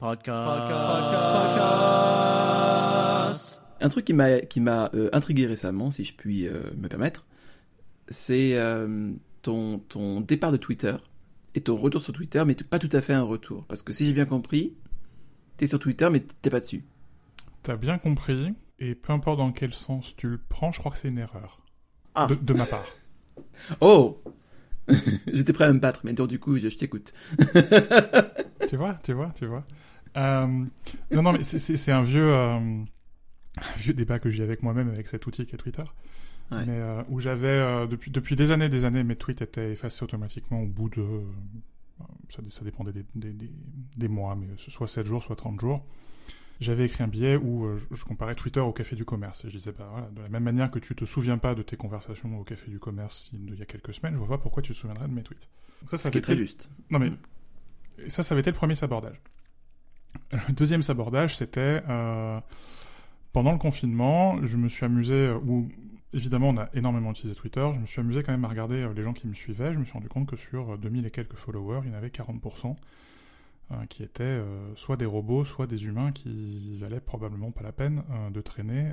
Podcast. Un truc qui m'a intrigué récemment, si je puis me permettre, c'est ton départ de Twitter et ton retour sur Twitter, mais pas tout à fait un retour. Parce que si j'ai bien compris, t'es sur Twitter, mais t'es pas dessus. T'as bien compris, et peu importe dans quel sens tu le prends, je crois que c'est une erreur. Ah. De ma part. Oh. J'étais prêt à me battre, mais donc du coup, je t'écoute. Tu vois. Non, mais c'est un vieux débat que j'ai avec moi-même, avec cet outil qui est Twitter. Ouais. Mais où j'avais, depuis des années, mes tweets étaient effacés automatiquement au bout de... ça dépendait des mois, mais soit 7 jours, soit 30 jours. J'avais écrit un billet où je comparais Twitter au Café du Commerce. Et je disais, voilà, de la même manière que tu te souviens pas de tes conversations au Café du Commerce il y a quelques semaines, je vois pas pourquoi tu te souviendrais de mes tweets. Donc ça qui est très juste. Non mais, ça avait été le premier sabordage. Le deuxième sabordage, c'était... pendant le confinement, je me suis amusé... évidemment, on a énormément utilisé Twitter. Je me suis amusé quand même à regarder les gens qui me suivaient. Je me suis rendu compte que sur 2000 et quelques followers, il y en avait 40%. Qui étaient soit des robots, soit des humains qui valaient probablement pas la peine de traîner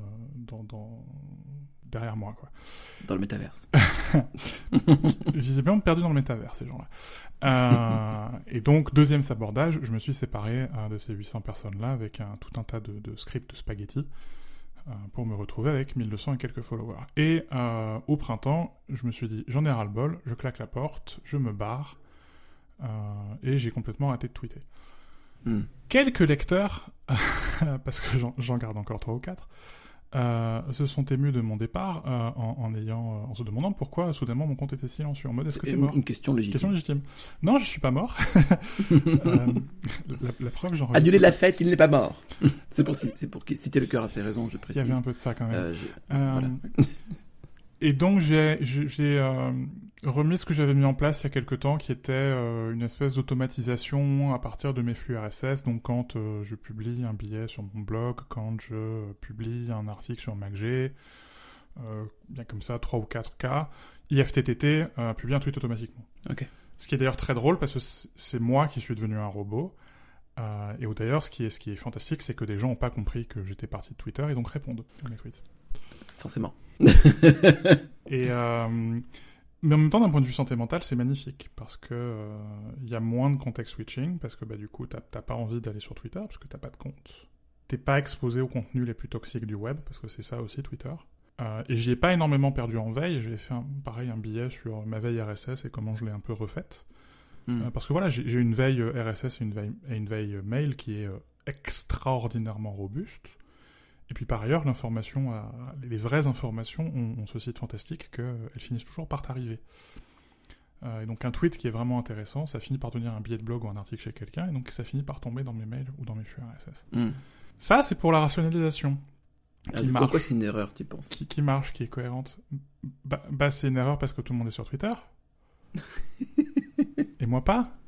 derrière moi, quoi. Dans le métaverse. Visiblement perdus dans le métaverse, ces gens-là. Et donc, deuxième sabordage, je me suis séparé de ces 800 personnes-là avec tout un tas de scripts de spaghetti pour me retrouver avec 1200 et quelques followers. Et au printemps, je me suis dit, j'en ai ras-le-bol, je claque la porte, je me barre, et j'ai complètement arrêté de tweeter. Quelques lecteurs, parce que j'en garde encore 3 ou 4, se sont émus de mon départ en se demandant pourquoi soudainement mon compte était silencieux. En mode, est-ce que t'es mort ? Une question légitime. Non, je suis pas mort. La preuve, j'en Annuler la fête, il n'est pas mort. C'est pour citer le cœur à ses raisons, je précise. Il y avait un peu de ça quand même. Voilà. Et donc j'ai remis ce que j'avais mis en place il y a quelque temps, qui était une espèce d'automatisation à partir de mes flux RSS. Donc quand je publie un billet sur mon blog, quand je publie un article sur MacG, bien comme ça, 3 ou 4 cas, IFTTT publie un tweet automatiquement. Okay. Ce qui est d'ailleurs très drôle parce que c'est moi qui suis devenu un robot. Et d'ailleurs, ce qui est fantastique, c'est que des gens n'ont pas compris que j'étais parti de Twitter et donc répondent à mes tweets. Forcément. Et mais en même temps, d'un point de vue santé mentale, c'est magnifique parce que y a moins de context switching parce que du coup, t'as pas envie d'aller sur Twitter parce que t'as pas de compte. T'es pas exposé aux contenus les plus toxiques du web parce que c'est ça aussi Twitter. Et j'y ai pas énormément perdu en veille. J'ai fait un billet sur ma veille RSS et comment je l'ai un peu refaite. Parce que voilà, j'ai une veille RSS et une veille mail qui est extraordinairement robuste. Et puis par ailleurs, les vraies informations ont ce site fantastique qu'elles finissent toujours par t'arriver. Et donc un tweet qui est vraiment intéressant, ça finit par devenir un billet de blog ou un article chez quelqu'un, et donc ça finit par tomber dans mes mails ou dans mes flux RSS. Ça, c'est pour la rationalisation. Pourquoi c'est une erreur, tu penses ? Qui marche, qui est cohérente. C'est une erreur parce que tout le monde est sur Twitter. Et moi pas.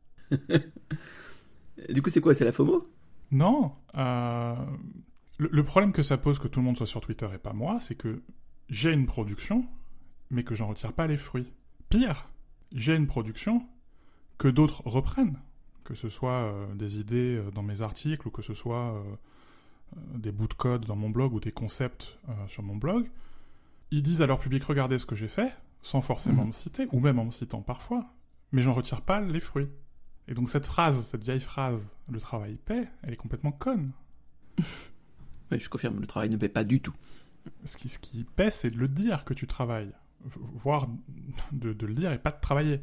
Du coup, c'est quoi ? C'est la FOMO ? Non. Le problème que ça pose que tout le monde soit sur Twitter et pas moi, c'est que j'ai une production, mais que j'en retire pas les fruits. Pire, j'ai une production que d'autres reprennent, que ce soit des idées dans mes articles, ou que ce soit des bouts de code dans mon blog, ou des concepts sur mon blog. Ils disent à leur public, regardez ce que j'ai fait, sans forcément me citer, ou même en me citant parfois, mais j'en retire pas les fruits. Et donc cette vieille phrase, le travail paie, elle est complètement conne. Oui, je confirme, le travail ne paie pas du tout. Ce qui paie, c'est de le dire que tu travailles. Voire de le dire et pas de travailler.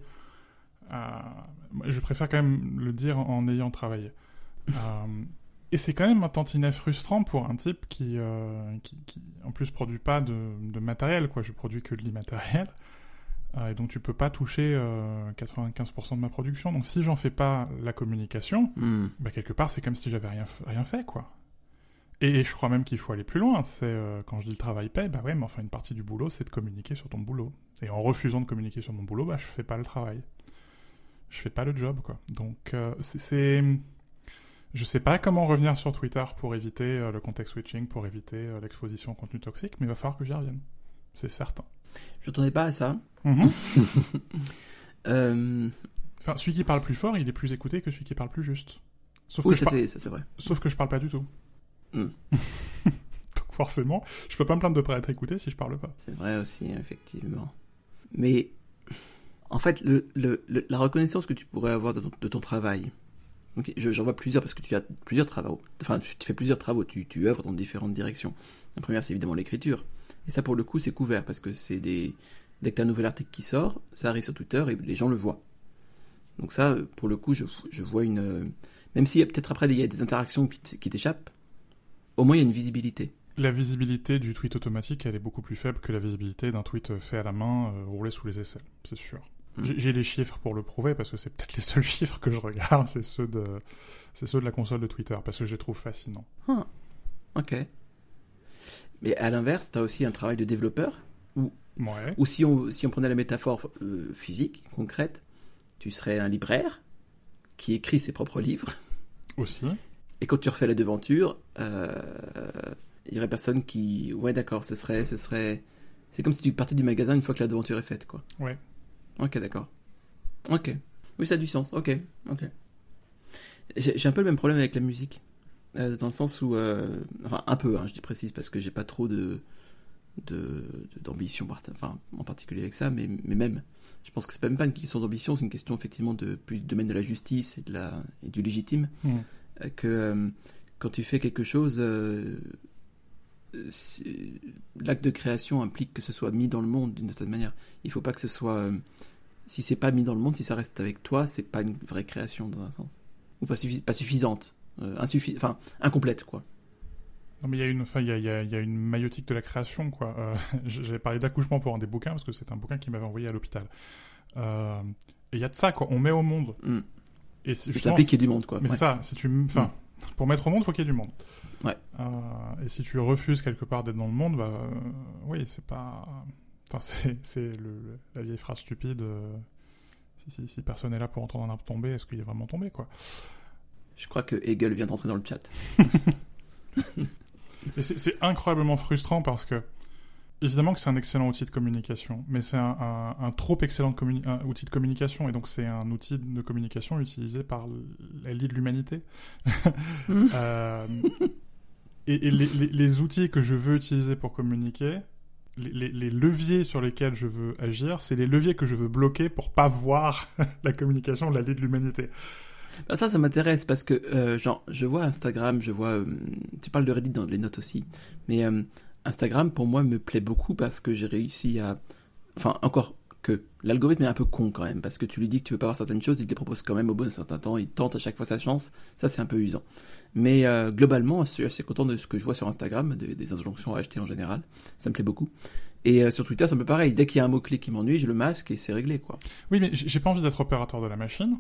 Je préfère quand même le dire en ayant travaillé. Et c'est quand même un tantinet frustrant pour un type qui en plus produit pas de matériel, quoi. Je produis que de l'immatériel. Et donc tu peux pas toucher 95% de ma production. Donc si j'en fais pas la communication, quelque part c'est comme si j'avais rien fait, quoi. Et je crois même qu'il faut aller plus loin. C'est quand je dis le travail paie, mais enfin une partie du boulot, c'est de communiquer sur ton boulot. Et en refusant de communiquer sur mon boulot, je fais pas le travail. Je fais pas le job, quoi. Donc je sais pas comment revenir sur Twitter pour éviter le context switching, pour éviter l'exposition au contenu toxique, mais il va falloir que j'y revienne. C'est certain. Je m'attendais pas à ça. Enfin, celui qui parle plus fort, il est plus écouté que celui qui parle plus juste. Sauf Oui, que ça c'est vrai. Sauf que je parle pas du tout. Mm. Donc forcément, je peux pas me plaindre de pas être écouté si je parle pas. C'est vrai aussi, effectivement. Mais en fait, la reconnaissance que tu pourrais avoir de ton travail, okay, j'en vois plusieurs parce que tu as plusieurs travaux. Enfin, tu fais plusieurs travaux, tu œuvres dans différentes directions. La première, c'est évidemment l'écriture. Et ça, pour le coup, c'est couvert parce que dès que tu as un nouvel article qui sort, ça arrive sur Twitter et les gens le voient. Donc ça, pour le coup, je vois même s'il y a peut-être après il y a des interactions qui t'échappent, au moins il y a une visibilité. La visibilité du tweet automatique, elle est beaucoup plus faible que la visibilité d'un tweet fait à la main, roulé sous les aisselles, c'est sûr. J'ai les chiffres pour le prouver, parce que c'est peut-être les seuls chiffres que je regarde, c'est ceux de la console de Twitter, parce que je les trouve fascinants. Ah, ok. Mais à l'inverse, tu as aussi un travail de développeur, ou si on prenait la métaphore physique, concrète, tu serais un libraire qui écrit ses propres livres. Aussi. Et quand tu refais la devanture, il y aurait personne qui... Ouais, d'accord, ce serait... C'est comme si tu partais du magasin une fois que la devanture est faite, quoi. Ouais. Ok, d'accord. Ok. Oui, ça a du sens. Ok. J'ai un peu le même problème avec la musique. Dans le sens où... Enfin, un peu, je dis précise, parce que j'ai pas trop d'ambition, enfin, en particulier avec ça, mais même... Je pense que c'est même pas une question d'ambition, c'est une question effectivement de plus du domaine de la justice et du légitime. Que quand tu fais quelque chose, l'acte de création implique que ce soit mis dans le monde d'une certaine manière. Il faut pas que ce soit... si c'est pas mis dans le monde, si ça reste avec toi, c'est pas une vraie création dans un sens. Ou pas suffisante. Enfin, incomplète, quoi. Non, mais il y a une maïotique de la création, quoi. J'avais parlé d'accouchement pour un des bouquins, parce que c'est un bouquin qui m'avait envoyé à l'hôpital. Et il y a de ça, quoi. On met au monde. Et ça implique qu'il y ait du monde, quoi. Mais ça, si tu... Enfin, pour mettre au monde, il faut qu'il y ait du monde. Ouais. Et si tu refuses quelque part d'être dans le monde, oui, c'est pas... Enfin, c'est la vieille phrase stupide. Si personne n'est là pour entendre un arbre tomber, est-ce qu'il est vraiment tombé, quoi? Je crois que Hegel vient d'entrer dans le chat. Et c'est incroyablement frustrant parce que, évidemment que c'est un excellent outil de communication, mais c'est un trop excellent outil de communication, et donc c'est un outil de communication utilisé par l'élite de l'humanité. Et les outils que je veux utiliser pour communiquer, les leviers sur lesquels je veux agir, c'est les leviers que je veux bloquer pour pas voir la communication de l'élite de l'humanité. Ça m'intéresse parce que, je vois Instagram, tu parles de Reddit dans les notes aussi, mais Instagram, pour moi, me plaît beaucoup parce que j'ai réussi à... Enfin, encore que l'algorithme est un peu con quand même, parce que tu lui dis que tu veux pas voir certaines choses, il te les propose quand même au bout d'un certain temps, il tente à chaque fois sa chance, ça c'est un peu usant. Mais globalement, je suis assez content de ce que je vois sur Instagram, des injonctions à acheter en général, ça me plaît beaucoup. Et sur Twitter, c'est un peu pareil. Dès qu'il y a un mot-clé qui m'ennuie, je le masque et c'est réglé, quoi. Oui, mais j'ai pas envie d'être opérateur de la machine.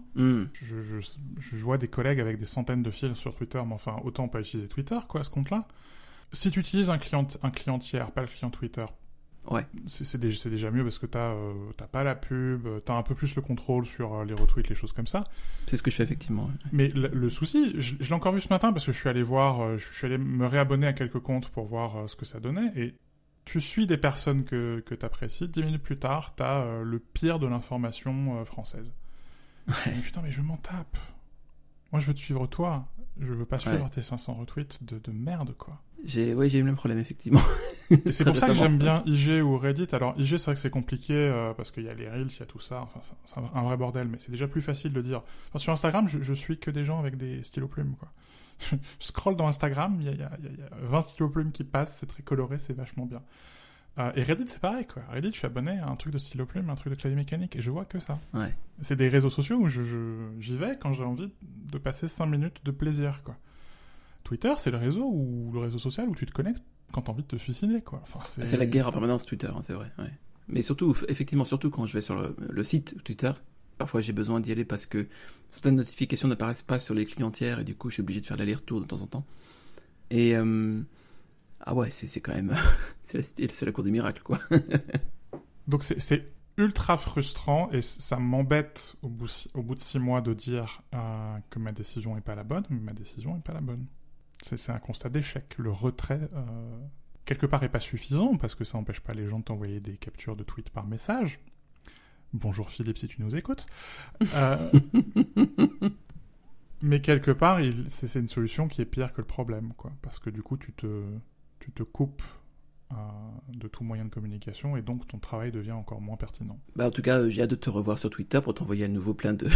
Je vois des collègues avec des centaines de fils sur Twitter, mais enfin, autant pas utiliser Twitter, quoi, à ce compte-là. Si tu utilises un client tiers, pas le client Twitter, ouais, c'est déjà mieux parce que t'as pas la pub, t'as un peu plus le contrôle sur les retweets, les choses comme ça. C'est ce que je fais effectivement. Ouais. Mais le souci, je l'ai encore vu ce matin parce que je suis allé me réabonner à quelques comptes pour voir ce que ça donnait, et tu suis des personnes que t'apprécies, 10 minutes plus tard, t'as le pire de l'information française. Ouais. Mais putain, mais je m'en tape. Moi, je veux te suivre toi. Je veux pas suivre tes 500 retweets de merde, quoi. J'ai eu le même problème, effectivement. Et c'est pour ça que j'aime bien IG ou Reddit. Alors, IG, c'est vrai que c'est compliqué parce qu'il y a les Reels, il y a tout ça. Enfin, c'est un vrai bordel, mais c'est déjà plus facile de dire. Enfin, sur Instagram, je suis que des gens avec des stylos plumes, quoi. Je scrolle dans Instagram, il y a 20 stylos plumes qui passent, c'est très coloré, c'est vachement bien. Et Reddit, c'est pareil, quoi. Reddit, je suis abonné à un truc de stylo plume, un truc de clavier mécanique, et je vois que ça. Ouais. C'est des réseaux sociaux où j'y vais quand j'ai envie de passer 5 minutes de plaisir, quoi. Twitter, c'est le réseau social où tu te connectes quand t'as envie de te suicider, quoi. Enfin, c'est la guerre en permanence, Twitter, hein, c'est vrai. Ouais. Mais surtout quand je vais sur le site Twitter, parfois j'ai besoin d'y aller parce que certaines notifications n'apparaissent pas sur les clients tiers et du coup je suis obligé de faire l'aller-retour de temps en temps. Et ah ouais, c'est quand même c'est la cour des miracles, quoi. Donc c'est ultra frustrant et ça m'embête au bout de 6 mois de dire que ma décision est pas la bonne, mais ma décision est pas la bonne. C'est un constat d'échec. Le retrait quelque part est pas suffisant parce que ça n'empêche pas les gens de t'envoyer des captures de tweets par message. Bonjour Philippe, si tu nous écoutes. Mais quelque part, c'est une solution qui est pire que le problème, quoi. Parce que du coup, tu te coupes de tout moyen de communication et donc ton travail devient encore moins pertinent. Bah, en tout cas, j'ai hâte de te revoir sur Twitter pour t'envoyer à nouveau plein de...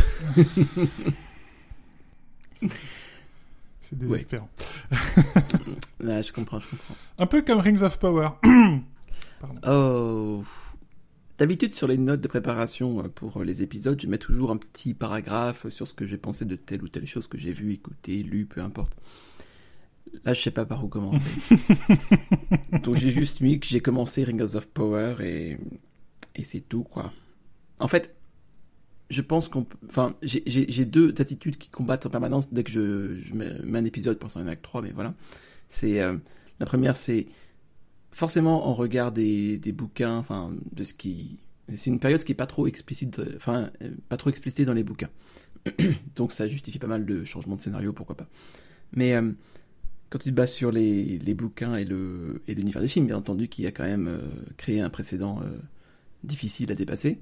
C'est désespérant. Ouais. Je comprends. Un peu comme Rings of Power. Pardon. Oh... D'habitude, sur les notes de préparation pour les épisodes, je mets toujours un petit paragraphe sur ce que j'ai pensé de telle ou telle chose que j'ai vu, écouté, lu, peu importe. Là, je sais pas par où commencer. Donc, j'ai juste mis que j'ai commencé Rings of Power et c'est tout, quoi. En fait, je pense j'ai deux attitudes qui combattent en permanence dès que je mets un épisode, pour ça, il y en a que 3, mais voilà. C'est, la première, c'est forcément, on regarde des bouquins, de ce qui... C'est une période qui est pas trop explicite, pas trop explicitée dans les bouquins. Donc ça justifie pas mal de changements de scénario, pourquoi pas. Mais quand tu te bases sur les bouquins et l'univers des films, bien entendu, qui a quand même créé un précédent difficile à dépasser,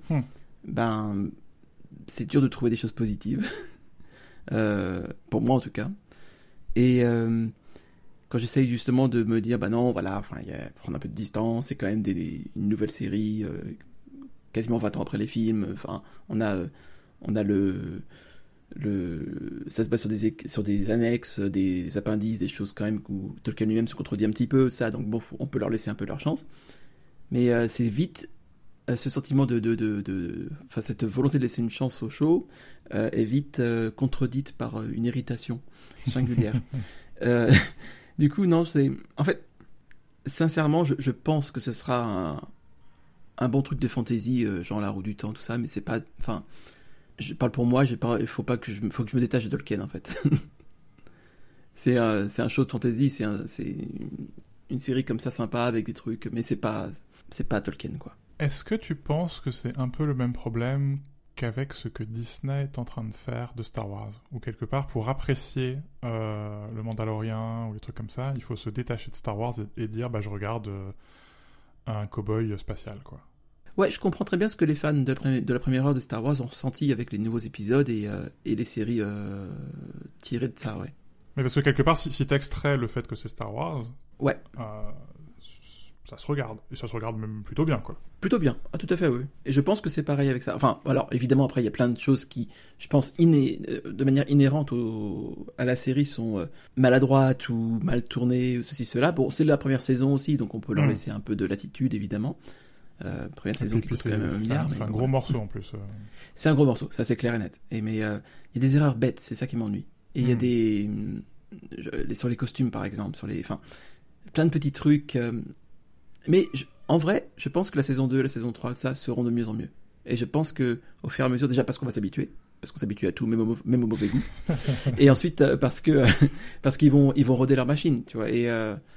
c'est dur de trouver des choses positives. Pour moi, en tout cas. Et... quand j'essaye justement de me dire, prendre un peu de distance, c'est quand même une nouvelle série, quasiment 20 ans après les films, on a ça se base sur des annexes, des appendices, des choses quand même où Tolkien lui-même se contredit un petit peu, ça, donc bon, on peut leur laisser un peu leur chance. Mais c'est vite, ce sentiment cette volonté de laisser une chance au show est vite contredite par une irritation singulière. Du coup, non, en fait, sincèrement, je pense que ce sera un bon truc de fantasy, genre La Roue du Temps, tout ça, mais c'est pas... je parle pour moi, il faut que je me détache de Tolkien, en fait. c'est un show de fantasy, c'est une série comme ça, sympa, avec des trucs, mais c'est pas Tolkien, quoi. Est-ce que tu penses que c'est un peu le même problème qu'avec ce que Disney est en train de faire de Star Wars, ou quelque part pour apprécier le Mandalorian ou les trucs comme ça, il faut se détacher de Star Wars et dire je regarde un cow-boy spatial, quoi. Ouais, je comprends très bien ce que les fans de la première heure de Star Wars ont ressenti avec les nouveaux épisodes et les séries tirées de ça, ouais. Mais parce que quelque part, si t'extrais le fait que c'est Star Wars, ouais. Ça se regarde, et ça se regarde même plutôt bien, quoi. Plutôt bien, tout à fait, oui. Et je pense que c'est pareil avec ça. Alors, évidemment, après, il y a plein de choses qui, je pense, de manière inhérente à la série, sont maladroites ou mal tournées, ou ceci, cela. Bon, c'est la première saison aussi, donc on peut leur laisser un peu de latitude, évidemment. Première saison qui coûte quand même 1 milliard. C'est un gros morceau, en plus. C'est un gros morceau, ça c'est clair et net. Mais il y a des erreurs bêtes, c'est ça qui m'ennuie. Et il y a sur les costumes, par exemple, plein de petits trucs... Mais en vrai, je pense que la saison 2, la saison 3, ça seront de mieux en mieux. Et je pense que au fur et à mesure, déjà parce qu'on va s'habituer, parce qu'on s'habitue à tout, même au mauvais goût. Et ensuite parce qu'ils vont roder leur machine, tu vois. Et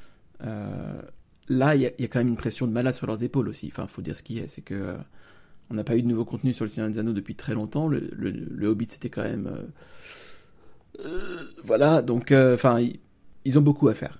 là, il y a quand même une pression de malade sur leurs épaules aussi. Faut dire ce qui est, c'est que on n'a pas eu de nouveau contenu sur le Seigneur des Anneaux depuis très longtemps. Le Hobbit, c'était quand même voilà. Donc ils ont beaucoup à faire.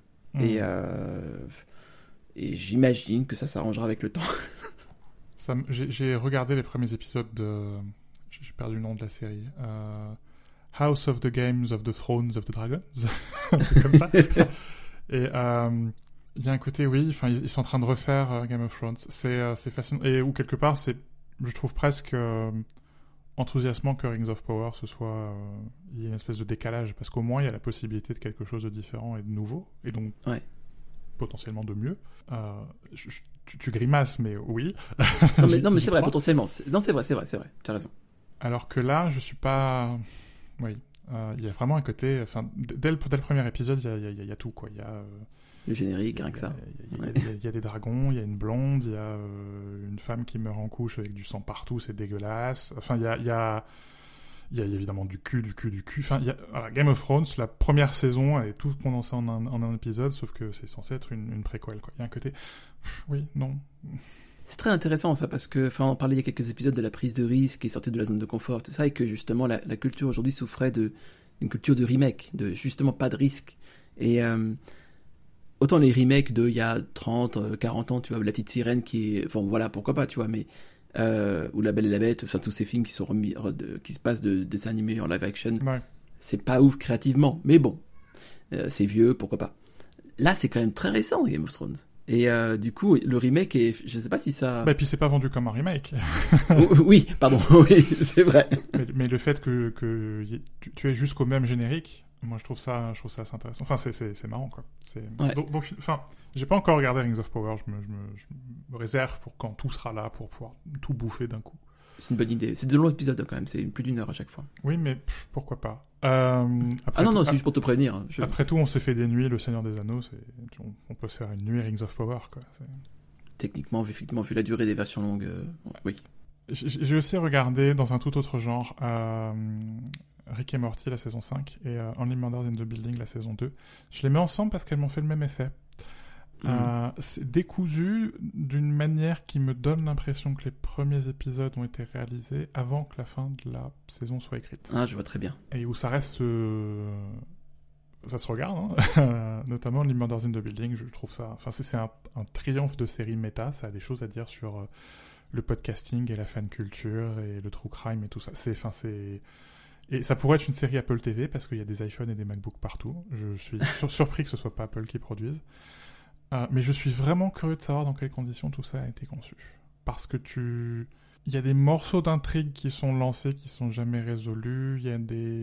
Et j'imagine que ça s'arrangera avec le temps. J'ai regardé les premiers épisodes de... J'ai perdu le nom de la série. House of the Games of the Thrones of the Dragons. Un truc comme ça. Et il y a un côté, oui, ils sont en train de refaire Game of Thrones. C'est fascinant. Et où quelque part, je trouve presque enthousiasmant que Rings of Power, il y ait une espèce de décalage. Parce qu'au moins, il y a la possibilité de quelque chose de différent et de nouveau. Et donc... Ouais. Potentiellement de mieux. Tu grimaces, mais oui. non, mais c'est vrai, potentiellement. Non, c'est vrai, tu as raison. Alors que là, je suis pas... Oui. Il y a vraiment un côté... Dès le premier épisode, il y a tout, quoi. Il y a... le générique, rien que ça. Il y a des dragons, il y a une blonde, il y a une femme qui meurt en couche avec du sang partout, c'est dégueulasse. Il y a évidemment du cul. Game of Thrones, la première saison, elle est toute condensée en un épisode, sauf que c'est censé être une préquelle, quoi. Il y a un côté... Oui, non. C'est très intéressant, ça, parce que, on parlait il y a quelques épisodes de la prise de risque et sortir de la zone de confort, tout ça, et que justement, la culture aujourd'hui souffrait d'une culture de remake, de justement pas de risque. Et autant les remakes il y a 30, 40 ans, tu vois, La Petite Sirène qui est... Enfin, voilà, pourquoi pas, tu vois, mais... ou La Belle et la Bête, tous ces films qui se passent de dessins animés en live action, c'est pas ouf créativement, mais bon, c'est vieux, pourquoi pas. Là, c'est quand même très récent, Game of Thrones. Et du coup, le remake est... Je sais pas si ça... Bah, et puis c'est pas vendu comme un remake. Oui, pardon, oui, c'est vrai. Mais le fait que tu es jusqu'au même générique, moi je trouve ça assez intéressant. Enfin, c'est marrant, quoi. Ouais. Donc, enfin, j'ai pas encore regardé Rings of Power, je me réserve pour quand tout sera là, pour pouvoir tout bouffer d'un coup. C'est une bonne idée. C'est de longs épisodes quand même, c'est plus d'1 heure à chaque fois. Oui, mais pourquoi pas. Non, c'est juste pour te prévenir. Après tout, on s'est fait des nuits, Le Seigneur des Anneaux, on peut se faire une nuit Rings of Power, quoi. Techniquement, effectivement, vu la durée des versions longues, oui. J'ai aussi regardé, dans un tout autre genre, Rick et Morty, la saison 5, et Only Murders in the Building, la saison 2. Je les mets ensemble parce qu'elles m'ont fait le même effet. C'est décousu d'une manière qui me donne l'impression que les premiers épisodes ont été réalisés avant que la fin de la saison soit écrite. Ah, je vois très bien. Et où ça reste... ça se regarde, hein. Notamment Only Murders in the Building, je trouve ça... Enfin, c'est un triomphe de série méta, ça a des choses à dire sur le podcasting et la fan culture et le true crime et tout ça. Et ça pourrait être une série Apple TV parce qu'il y a des iPhones et des MacBooks partout. Je suis surpris que ce soit pas Apple qui produise. Mais je suis vraiment curieux de savoir dans quelles conditions tout ça a été conçu. Parce que il y a des morceaux d'intrigue qui sont lancés, qui sont jamais résolus. Il y a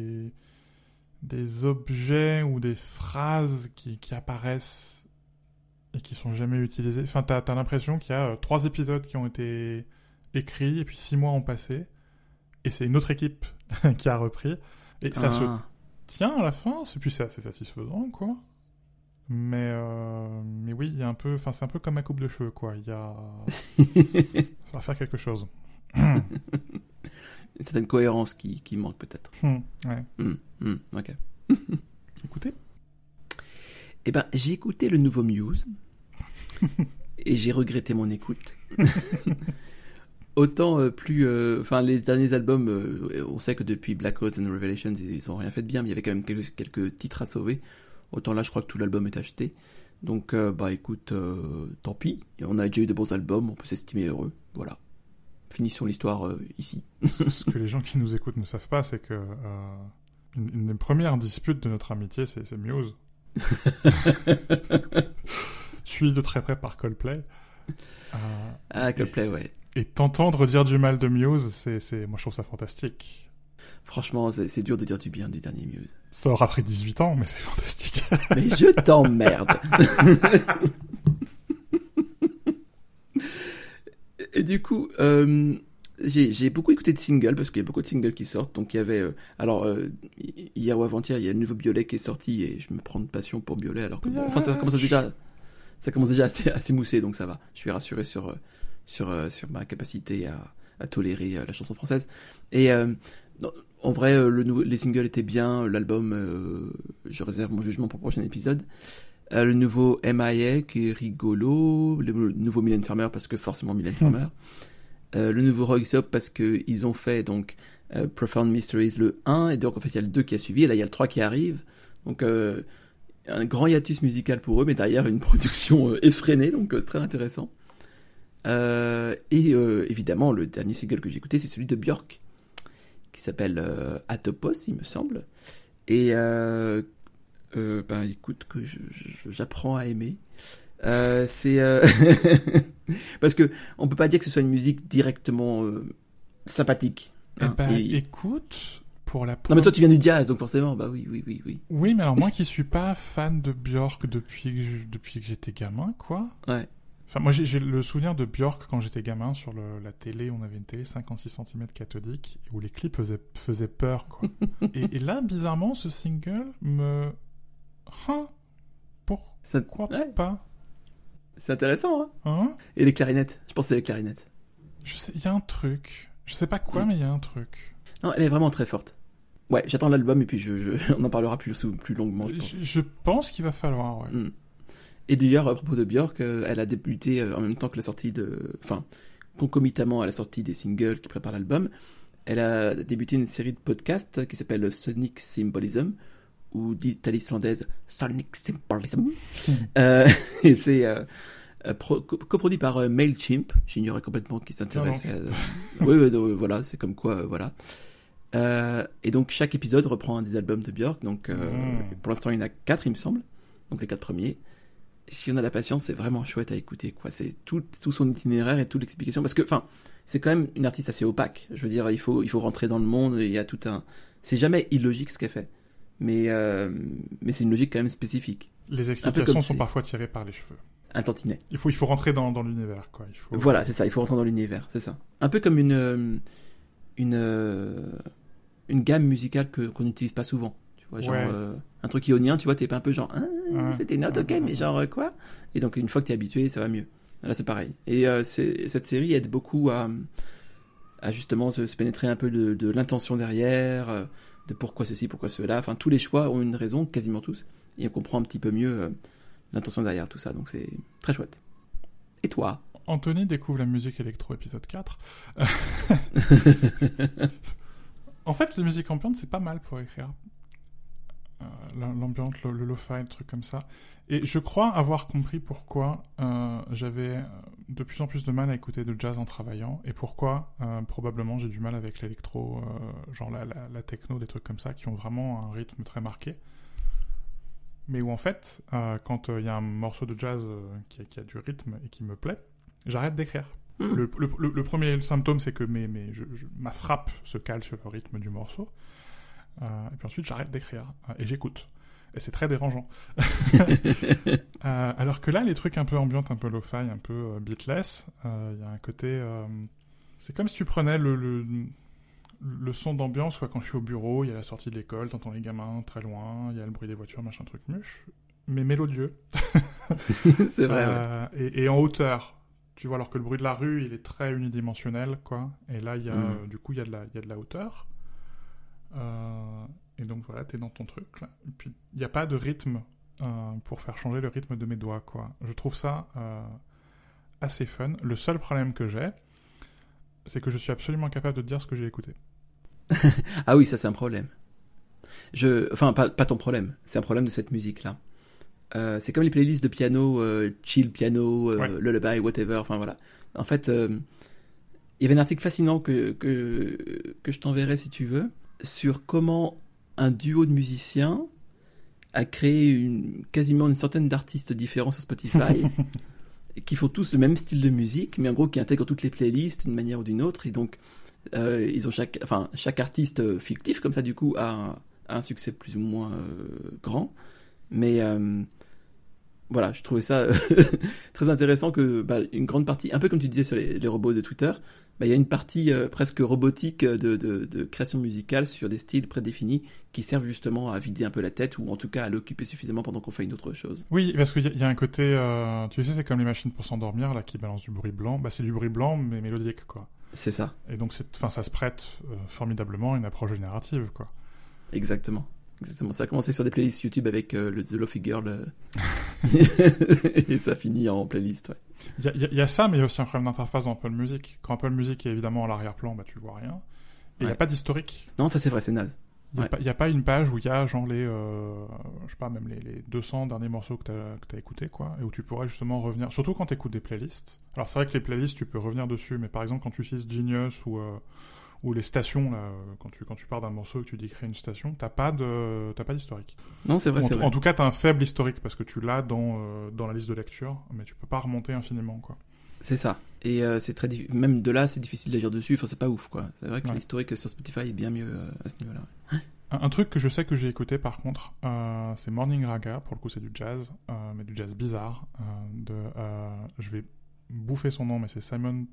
des objets ou des phrases qui apparaissent et qui sont jamais utilisés. Enfin, t'as l'impression qu'il y a 3 épisodes qui ont été écrits et puis 6 mois ont passé. Et c'est une autre équipe qui a repris. Et ça se tient à la fin. Et puis c'est assez satisfaisant, quoi. Mais oui, il y a un peu... Enfin, c'est un peu comme ma coupe de cheveux, quoi. Il y a... Ça va faire quelque chose. Une certaine cohérence qui manque, peut-être. Ouais. Ok. Écoutez. Eh ben, j'ai écouté le nouveau Muse. Et j'ai regretté mon écoute. Autant les derniers albums, on sait que depuis Black Rose and Revelations, ils ont rien fait de bien, mais il y avait quand même quelques titres à sauver. Autant là, je crois que tout l'album est acheté. Donc, écoute, tant pis. Et on a déjà eu de bons albums, on peut s'estimer heureux. Voilà. Finissons l'histoire ici. Ce que les gens qui nous écoutent ne savent pas, c'est que une des premières disputes de notre amitié, c'est Muse. Suivi de très près par Coldplay. Coldplay, ouais. Et t'entendre dire du mal de Muse, moi je trouve ça fantastique. Franchement, c'est dur de dire du bien du dernier Muse. Ça aura pris 18 ans, mais c'est fantastique. Mais je t'emmerde. Et du coup, j'ai beaucoup écouté de singles, parce qu'il y a beaucoup de singles qui sortent. Donc il y avait... hier ou avant-hier, il y a le nouveau Biolay qui est sorti, et je me prends de passion pour Biolay, alors que... Bon, enfin, ça commence déjà assez moussé, donc ça va. Je suis rassuré sur ma capacité à tolérer la chanson française. Et... en vrai, les singles étaient bien, l'album, je réserve mon jugement pour le prochain épisode. Le nouveau MIA qui est rigolo, le nouveau Mylène Farmer parce que forcément Mylène Farmer. Le nouveau Roy Sop parce qu'ils ont fait donc Profound Mysteries le 1 et donc en fait il y a le 2 qui a suivi et là il y a le 3 qui arrive. Donc un grand hiatus musical pour eux mais derrière une production effrénée donc c'est très intéressant. Évidemment le dernier single que j'ai écouté c'est celui de Björk qui s'appelle Atopos, il me semble. Et écoute, que j'apprends à aimer. C'est parce que on peut pas dire que ce soit une musique directement sympathique. Hein, écoute, pour la non mais toi tu viens du jazz donc forcément oui. Oui mais alors moi qui suis pas fan de Björk depuis que j'étais gamin quoi. Ouais. Enfin, moi, j'ai le souvenir de Björk quand j'étais gamin sur la télé. On avait une télé 56 cm cathodique où les clips faisaient peur, quoi. et là, bizarrement, ce single me... Pourquoi pas? C'est intéressant, hein? Et les clarinettes. Je pense que c'est les clarinettes. Je sais, il y a un truc. Je sais pas quoi, mais il y a un truc. Non, elle est vraiment très forte. Ouais, j'attends l'album et puis on en parlera plus longuement, je pense. Je pense qu'il va falloir, ouais. Et d'ailleurs, à propos de Björk, elle a débuté en même temps que la sortie concomitamment à la sortie des singles qui préparent l'album, elle a débuté une série de podcasts qui s'appelle Sonic Symbolism, ou dit à l'islandaise Sonic Symbolism. Et c'est coproduit par Mailchimp, j'ignorais complètement qui s'intéressait à... Oui, voilà, c'est comme quoi, voilà. Et donc chaque épisode reprend un des albums de Björk. Donc pour l'instant il y en a 4 il me semble. Donc les 4 premiers. Et si on a la patience, c'est vraiment chouette à écouter, quoi. C'est tout son itinéraire et toute l'explication. Parce que, enfin, c'est quand même une artiste assez opaque. Je veux dire, il faut rentrer dans le monde. Il y a tout un... C'est jamais illogique ce qu'elle fait. Mais c'est une logique quand même spécifique. Les explications sont parfois tirées par les cheveux. Un tantinet. Il faut rentrer dans l'univers, quoi. Voilà, c'est ça. Il faut rentrer dans l'univers, c'est ça. Un peu comme une gamme musicale qu'on n'utilise pas souvent. Tu vois, genre un truc ionien, tu vois, t'es pas un peu genre c'est des notes, ok, mais genre quoi. Et donc une fois que t'es habitué, ça va mieux. Là, c'est pareil. Et cette série aide beaucoup à justement se pénétrer un peu de l'intention derrière, de pourquoi ceci, pourquoi cela. Enfin, tous les choix ont une raison, quasiment tous. Et on comprend un petit peu mieux l'intention derrière tout ça. Donc c'est très chouette. Et toi ? Anthony découvre la musique électro épisode 4. En fait, la musique ambiante, c'est pas mal pour écrire. L'ambiance, le lo-fi, le truc comme ça. Et je crois avoir compris pourquoi j'avais de plus en plus de mal à écouter de jazz en travaillant, et pourquoi probablement j'ai du mal avec l'électro, genre la techno, des trucs comme ça, qui ont vraiment un rythme très marqué. Mais où en fait, quand il y a un morceau de jazz qui a du rythme et qui me plaît, j'arrête d'écrire. Le premier symptôme, c'est que ma frappe se cale sur le rythme du morceau. Et puis ensuite, j'arrête d'écrire. Et j'écoute. Et c'est très dérangeant. Alors que là, les trucs un peu ambiantes, un peu lo-fi, un peu beatless, il y a un côté... c'est comme si tu prenais le son d'ambiance, quoi, quand je suis au bureau, il y a la sortie de l'école, t'entends les gamins très loin, il y a le bruit des voitures, machin truc muche, mais mélodieux. C'est vrai, ouais. Et en hauteur. Tu vois, alors que le bruit de la rue, il est très unidimensionnel, quoi. Et là, il y a, du coup, il y a de la hauteur. Et donc, voilà, t'es dans ton truc, là. Et puis, il n'y a pas de rythme pour faire changer le rythme de mes doigts, quoi. Je trouve ça assez fun. Le seul problème que j'ai, c'est que je suis absolument incapable de te dire ce que j'ai écouté. Ah oui, ça, c'est un problème. Enfin, pas ton problème. C'est un problème de cette musique-là. C'est comme les playlists de piano, chill piano, lullaby, whatever, enfin voilà. En fait, il y avait un article fascinant que je t'enverrai si tu veux, sur comment un duo de musiciens a créé quasiment une centaine d'artistes différents sur Spotify, qui font tous le même style de musique, mais en gros qui intègrent toutes les playlists d'une manière ou d'une autre, et donc ils ont chaque artiste fictif, comme ça du coup, a un succès plus ou moins grand, mais... voilà, je trouvais ça très intéressant que une grande partie, un peu comme tu disais sur les robots de Twitter, il y a une partie presque robotique de création musicale sur des styles prédéfinis qui servent justement à vider un peu la tête, ou en tout cas à l'occuper suffisamment pendant qu'on fait une autre chose. Oui, parce qu'il y a un côté, tu sais, c'est comme les machines pour s'endormir là qui balancent du bruit blanc. Bah, c'est du bruit blanc mais mélodique, quoi. C'est ça. Et donc ça se prête formidablement à une approche générative, quoi. Exactement. Ça a commencé sur des playlists YouTube avec le The Lofi Girl et ça finit en playlist, ouais. Il y a ça, mais il y a aussi un problème d'interface dans Apple Music. Quand Apple Music est évidemment à l'arrière-plan, tu vois rien. Et il n'y a pas d'historique. Non, ça c'est vrai, c'est naze. Il n'y a pas une page où il y a genre je sais pas, même les 200 derniers morceaux que t'as écoutés, quoi, et où tu pourrais justement revenir, surtout quand t'écoutes des playlists. Alors c'est vrai que les playlists, tu peux revenir dessus, mais par exemple quand tu utilises Genius ou les stations, là, quand tu pars d'un morceau et que tu dis créer une station, t'as pas d'historique. Non, c'est vrai, c'est vrai. En tout cas, t'as un faible historique parce que tu l'as dans la liste de lecture, mais tu peux pas remonter infiniment, quoi. C'est ça. Et c'est très même de là, c'est difficile d'agir dessus. Enfin, c'est pas ouf, quoi. C'est vrai que l'historique sur Spotify est bien mieux à ce niveau-là. Un truc que je sais que j'ai écouté, par contre, c'est Morning Raga. Pour le coup, c'est du jazz, mais du jazz bizarre. Je vais bouffer son nom, mais c'est Simon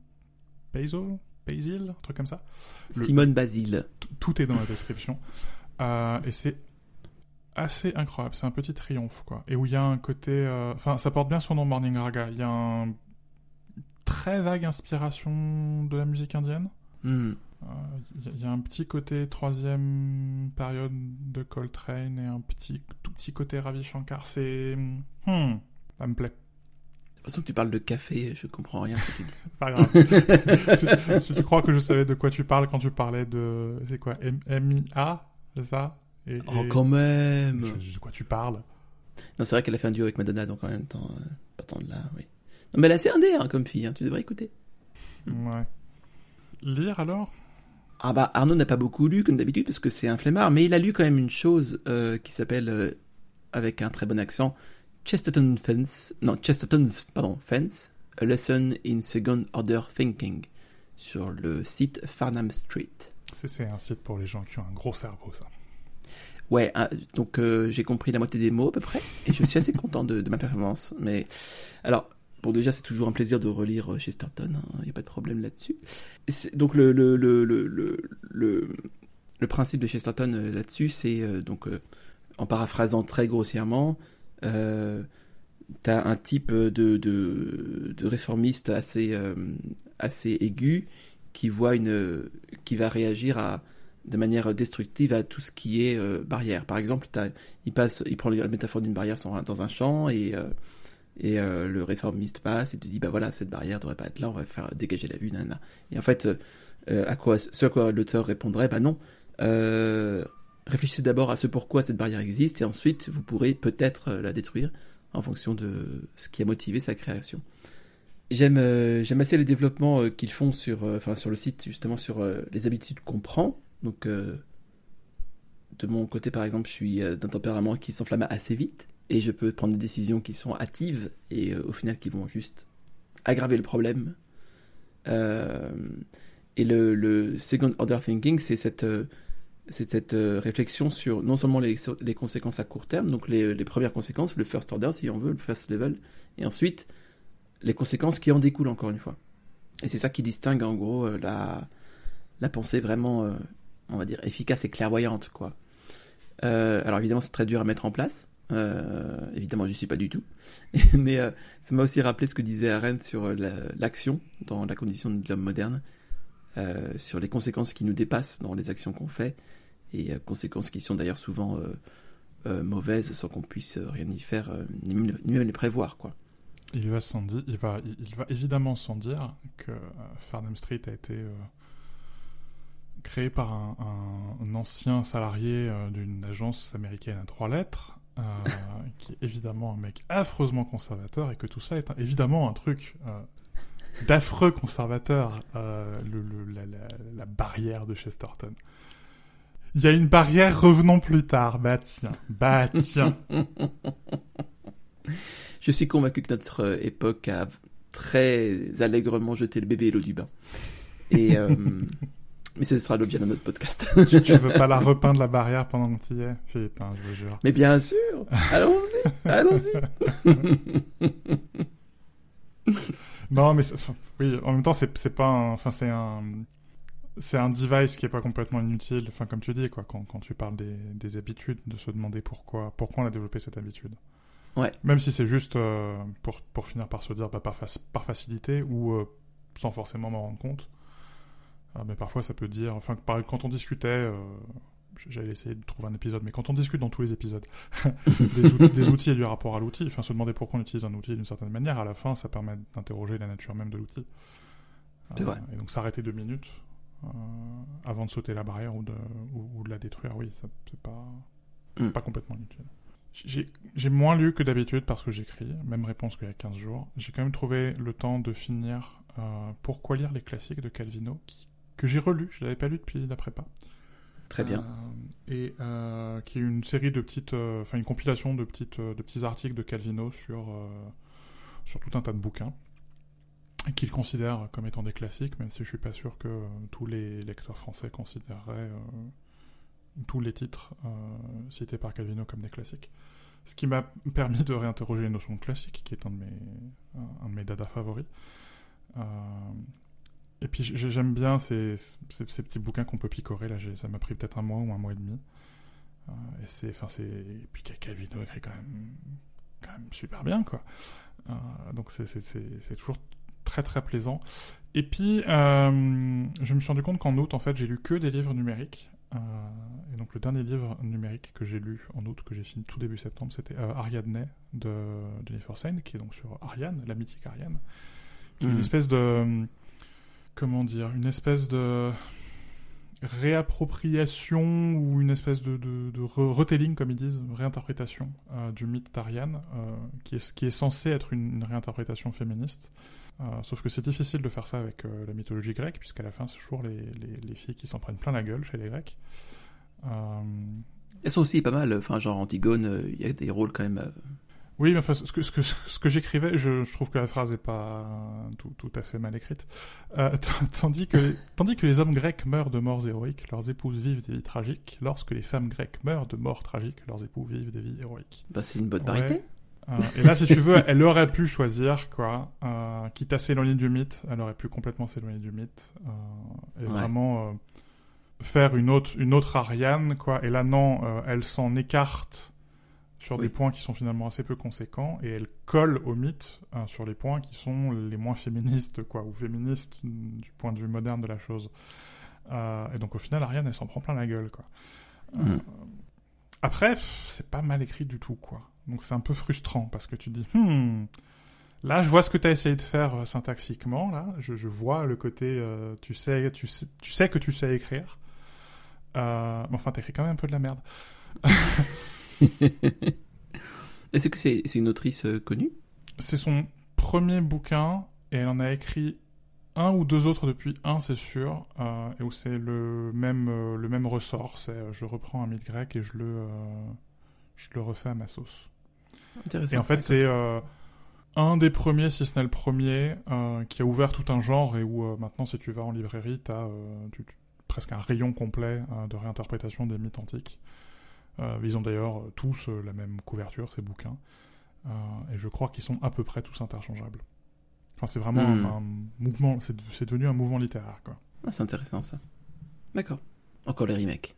Basil, un truc comme ça. Simone Basile. Tout est dans la description. Et c'est assez incroyable. C'est un petit triomphe, quoi. Et où il y a un côté... Enfin, ça porte bien son nom, Morning Raga. Il y a un très vague inspiration de la musique indienne. Il y a un petit côté troisième période de Coltrane et un tout petit côté Ravi Shankar. C'est... ça me plaît. De toute façon que tu parles de café, je comprends rien ce que tu dis. Pas grave. si tu crois que je savais de quoi tu parles quand tu parlais de... C'est quoi, MIA, c'est ça? Quand même. De quoi tu parles? Non, c'est vrai qu'elle a fait un duo avec Madonna, donc en même temps, partant de là, oui. Non, mais elle est assez indé, comme fille, tu devrais écouter. Ouais. Lire alors? Ah bah Arnaud n'a pas beaucoup lu comme d'habitude parce que c'est un flemmard, mais il a lu quand même une chose qui s'appelle, avec un très bon accent, Chesterton's Fence, A Lesson in Second Order Thinking, sur le site Farnham Street. C'est un site pour les gens qui ont un gros cerveau, ça. Ouais, donc j'ai compris la moitié des mots à peu près, et je suis assez content de ma performance. Mais alors, bon, déjà c'est toujours un plaisir de relire Chesterton, il n'y a pas de problème là-dessus. Donc le principe de Chesterton là-dessus, c'est donc en paraphrasant très grossièrement, t'as un type de réformiste assez aigu qui va réagir de manière destructive à tout ce qui est barrière. Par exemple, il prend la métaphore d'une barrière dans un champ et le réformiste passe et te dit bah voilà, cette barrière devrait pas être là, on va faire dégager la vue, nanana. Et en fait, à quoi l'auteur répondrait bah non. Réfléchissez d'abord à ce pourquoi cette barrière existe et ensuite vous pourrez peut-être la détruire en fonction de ce qui a motivé sa création. J'aime assez les développements qu'ils font sur le site, justement sur les habitudes qu'on prend. Donc, de mon côté, par exemple, je suis d'un tempérament qui s'enflamme assez vite et je peux prendre des décisions qui sont hâtives et au final qui vont juste aggraver le problème. Et le second order thinking, c'est cette réflexion sur non seulement les conséquences à court terme, donc les premières conséquences, le first order si on veut, le first level, et ensuite les conséquences qui en découlent encore une fois. Et c'est ça qui distingue en gros la pensée vraiment, on va dire, efficace et clairvoyante, quoi. Alors évidemment c'est très dur à mettre en place, évidemment j'y suis pas du tout, mais ça m'a aussi rappelé ce que disait Arendt sur l'action dans la condition de l'homme moderne, sur les conséquences qui nous dépassent dans les actions qu'on fait, et conséquences qui sont d'ailleurs souvent mauvaises sans qu'on puisse rien y faire, ni même les prévoir, quoi. Il va évidemment sans dire que Farnham Street a été créé par un ancien salarié d'une agence américaine à 3 lettres, qui est évidemment un mec affreusement conservateur, et que tout ça est évidemment un truc d'affreux conservateur, la barrière de Chesterton. Il y a une barrière, revenons plus tard. Bah tiens. Je suis convaincu que notre époque a très allègrement jeté le bébé et l'eau du bain. Et mais ce sera l'objet d'un autre podcast. Tu veux pas la repeindre, la barrière, pendant que tu y es? Putain, je vous jure. Mais bien sûr. Allons-y. Non, mais oui, en même temps, c'est pas c'est un device qui est pas complètement inutile. Enfin, comme tu dis, quoi, quand tu parles des habitudes, de se demander pourquoi on a développé cette habitude. Ouais. Même si c'est juste pour finir par se dire par facilité ou sans forcément m'en rendre compte. Mais parfois ça peut dire, enfin quand on discutait, j'allais essayer de trouver un épisode, mais quand on discute dans tous les épisodes des outils et du rapport à l'outil, enfin se demander pourquoi on utilise un outil d'une certaine manière, à la fin ça permet d'interroger la nature même de l'outil. C'est vrai. Et donc s'arrêter 2 minutes avant de sauter la barrière ou de la détruire, oui, ça, c'est pas complètement inutile. J'ai moins lu que d'habitude parce que j'écris, même réponse qu'il y a 15 jours. J'ai quand même trouvé le temps de finir Pourquoi lire les classiques de Calvino, que j'ai relu, je l'avais pas lu depuis la prépa. Très bien. Et qui est une série de petites, une compilation de petits articles de Calvino sur tout un tas de bouquins qu'il considère comme étant des classiques, même si je suis pas sûr que tous les lecteurs français considéreraient tous les titres cités par Calvino comme des classiques. Ce qui m'a permis de réinterroger les notions de classique, qui est un de mes dadas favoris. Et puis j'aime bien ces petits bouquins qu'on peut picorer. Là, ça m'a pris peut-être 1 mois ou 1 mois et demi. Et puis Calvino écrit quand même super bien, quoi. Donc c'est toujours très très plaisant. Et puis je me suis rendu compte qu'en août, en fait, j'ai lu que des livres numériques. Et donc le dernier livre numérique que j'ai lu en août, que j'ai fini tout début septembre, c'était Ariadne de Jennifer Sain, qui est donc sur Ariane, la mythique Ariane, qui est une espèce de réappropriation ou une espèce de retelling, comme ils disent, réinterprétation du mythe d'Ariane, qui est censé être une réinterprétation féministe. Sauf que c'est difficile de faire ça avec la mythologie grecque, puisqu'à la fin, c'est toujours les filles qui s'en prennent plein la gueule chez les Grecs. Elles sont aussi pas mal, enfin, genre Antigone, il y a des rôles quand même... Oui, mais enfin, ce que j'écrivais, je trouve que la phrase est pas tout à fait mal écrite. Tandis que les hommes grecs meurent de morts héroïques, leurs épouses vivent des vies tragiques. Lorsque les femmes grecques meurent de morts tragiques, leurs époux vivent des vies héroïques. Bah, c'est une bonne parité. Et là, si tu veux, elle aurait pu choisir, quoi, quitte à s'éloigner du mythe, elle aurait pu complètement s'éloigner du mythe, et vraiment faire une autre Ariane, quoi. Et là, non, elle s'en écarte sur des points qui sont finalement assez peu conséquents, et elle colle au mythe sur les points qui sont les moins féministes, quoi, ou féministes du point de vue moderne de la chose. Et donc au final, Ariane, elle s'en prend plein la gueule, quoi. Après, c'est pas mal écrit du tout, quoi. Donc c'est un peu frustrant, parce que tu te dis, là, je vois ce que t'as essayé de faire syntaxiquement, là, je vois le côté, tu sais que tu sais écrire, mais enfin, t'écris quand même un peu de la merde. Est-ce que c'est une autrice connue ? C'est son premier bouquin, et elle en a écrit un ou deux autres depuis c'est sûr, et où c'est le même ressort. C'est je reprends un mythe grec et je le refais à ma sauce. Intéressant. Et en fait, c'est un des premiers, si ce n'est le premier, qui a ouvert tout un genre, et où maintenant, si tu vas en librairie, t'as presque un rayon complet de réinterprétation des mythes antiques. Ils ont d'ailleurs tous la même couverture, ces bouquins, et je crois qu'ils sont à peu près tous interchangeables. Enfin, c'est vraiment un mouvement, c'est devenu un mouvement littéraire, quoi. Ah, c'est intéressant, ça. D'accord. Encore les remakes.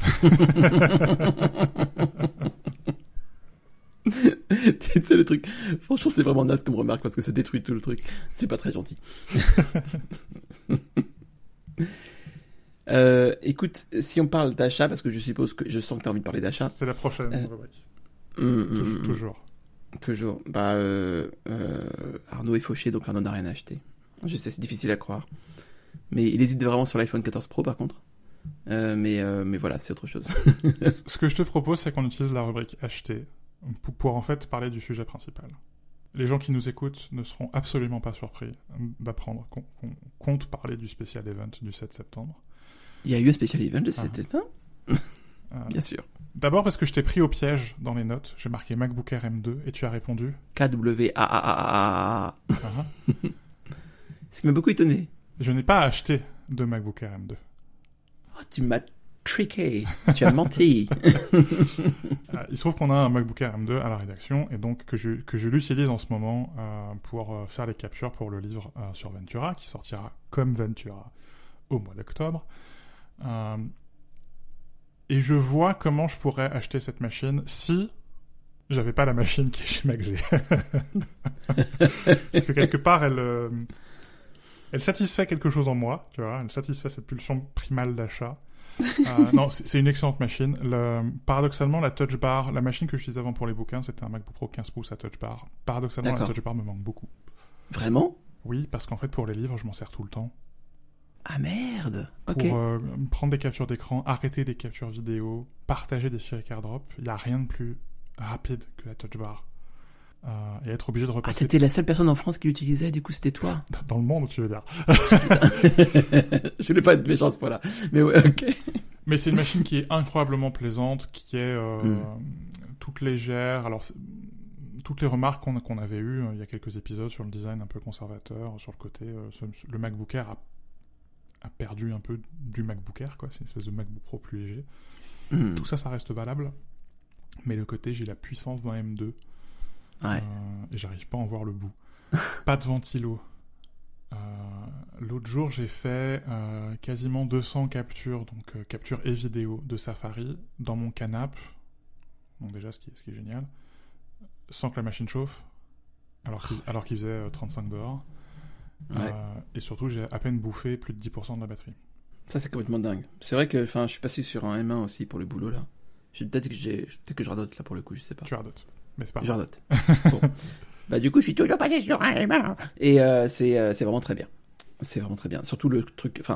C'est le truc. Franchement, c'est vraiment naze comme remarque, parce que ça détruit tout le truc. C'est pas très gentil. Écoute, si on parle d'achat, parce que je suppose que je sens que tu as envie de parler d'achat. C'est la prochaine rubrique. Toujours. Toujours. Bah, Arnaud est fauché, donc Arnaud n'a rien acheté. Je sais, c'est difficile à croire. Mais il hésite vraiment sur l'iPhone 14 Pro, par contre. Mais voilà, c'est autre chose. Ce que je te propose, c'est qu'on utilise la rubrique acheter pour en fait parler du sujet principal. Les gens qui nous écoutent ne seront absolument pas surpris d'apprendre qu'on compte parler du spécial event du 7 septembre. Il y a eu un spécial event de 7 septembre Bien sûr. D'abord parce que je t'ai pris au piège dans les notes. J'ai marqué MacBook Air M2 et tu as répondu KWAAAA. Ce qui m'a beaucoup étonné. Je n'ai pas acheté de MacBook Air M2. Oh, tu m'as trické. Tu as menti. Il se trouve qu'on a un MacBook Air M2 à la rédaction et donc que je l'utilise en ce moment pour faire les captures pour le livre sur Ventura qui sortira comme Ventura au mois d'octobre. Et je vois comment je pourrais acheter cette machine si j'avais pas la machine qui est chez MacG. Parce que quelque part, elle satisfait quelque chose en moi, tu vois. Elle satisfait cette pulsion primale d'achat. Non, c'est une excellente machine. Paradoxalement, la Touch Bar, la machine que j'utilisais avant pour les bouquins, c'était un MacBook Pro 15 pouces à Touch Bar. Paradoxalement, D'accord. La Touch Bar me manque beaucoup. Vraiment ? Oui, parce qu'en fait, pour les livres, je m'en sers tout le temps. Ah merde. Ok. Pour prendre des captures d'écran, arrêter des captures vidéo, partager des fichiers avec AirDrop, il n'y a rien de plus rapide que la Touch Bar. Et être obligé de repasser... Ah, t'étais la seule personne en France qui l'utilisait, du coup c'était toi. Dans le monde, tu veux dire. Je voulais pas être méchant à ce point-là. Mais ouais, ok. Mais c'est une machine qui est incroyablement plaisante, qui est toute légère. Alors, toutes les remarques qu'on avait eues, il y a quelques épisodes sur le design un peu conservateur, sur le côté... le MacBook Air a perdu un peu du MacBook Air, quoi. C'est une espèce de MacBook Pro plus léger. Tout ça, ça reste valable. Mais le côté, j'ai la puissance d'un M2. Ouais. Et j'arrive pas à en voir le bout. Pas de ventilo. L'autre jour, j'ai fait quasiment 200 captures, donc captures et vidéos de Safari dans mon canapé. Donc déjà, ce qui est génial. Sans que la machine chauffe. Alors qu'il faisait 35 dehors. Ouais. Et surtout, j'ai à peine bouffé plus de 10% de la batterie. Ça, c'est complètement dingue. C'est vrai que je suis passé sur un M1 aussi pour le boulot, là. Peut-être que je radote, là, pour le coup, je sais pas. Tu radotes. Mais c'est pas je radote. Bon. Bah, du coup, je suis toujours passé sur un M1. Et c'est vraiment très bien. C'est vraiment très bien. Surtout le truc... Enfin,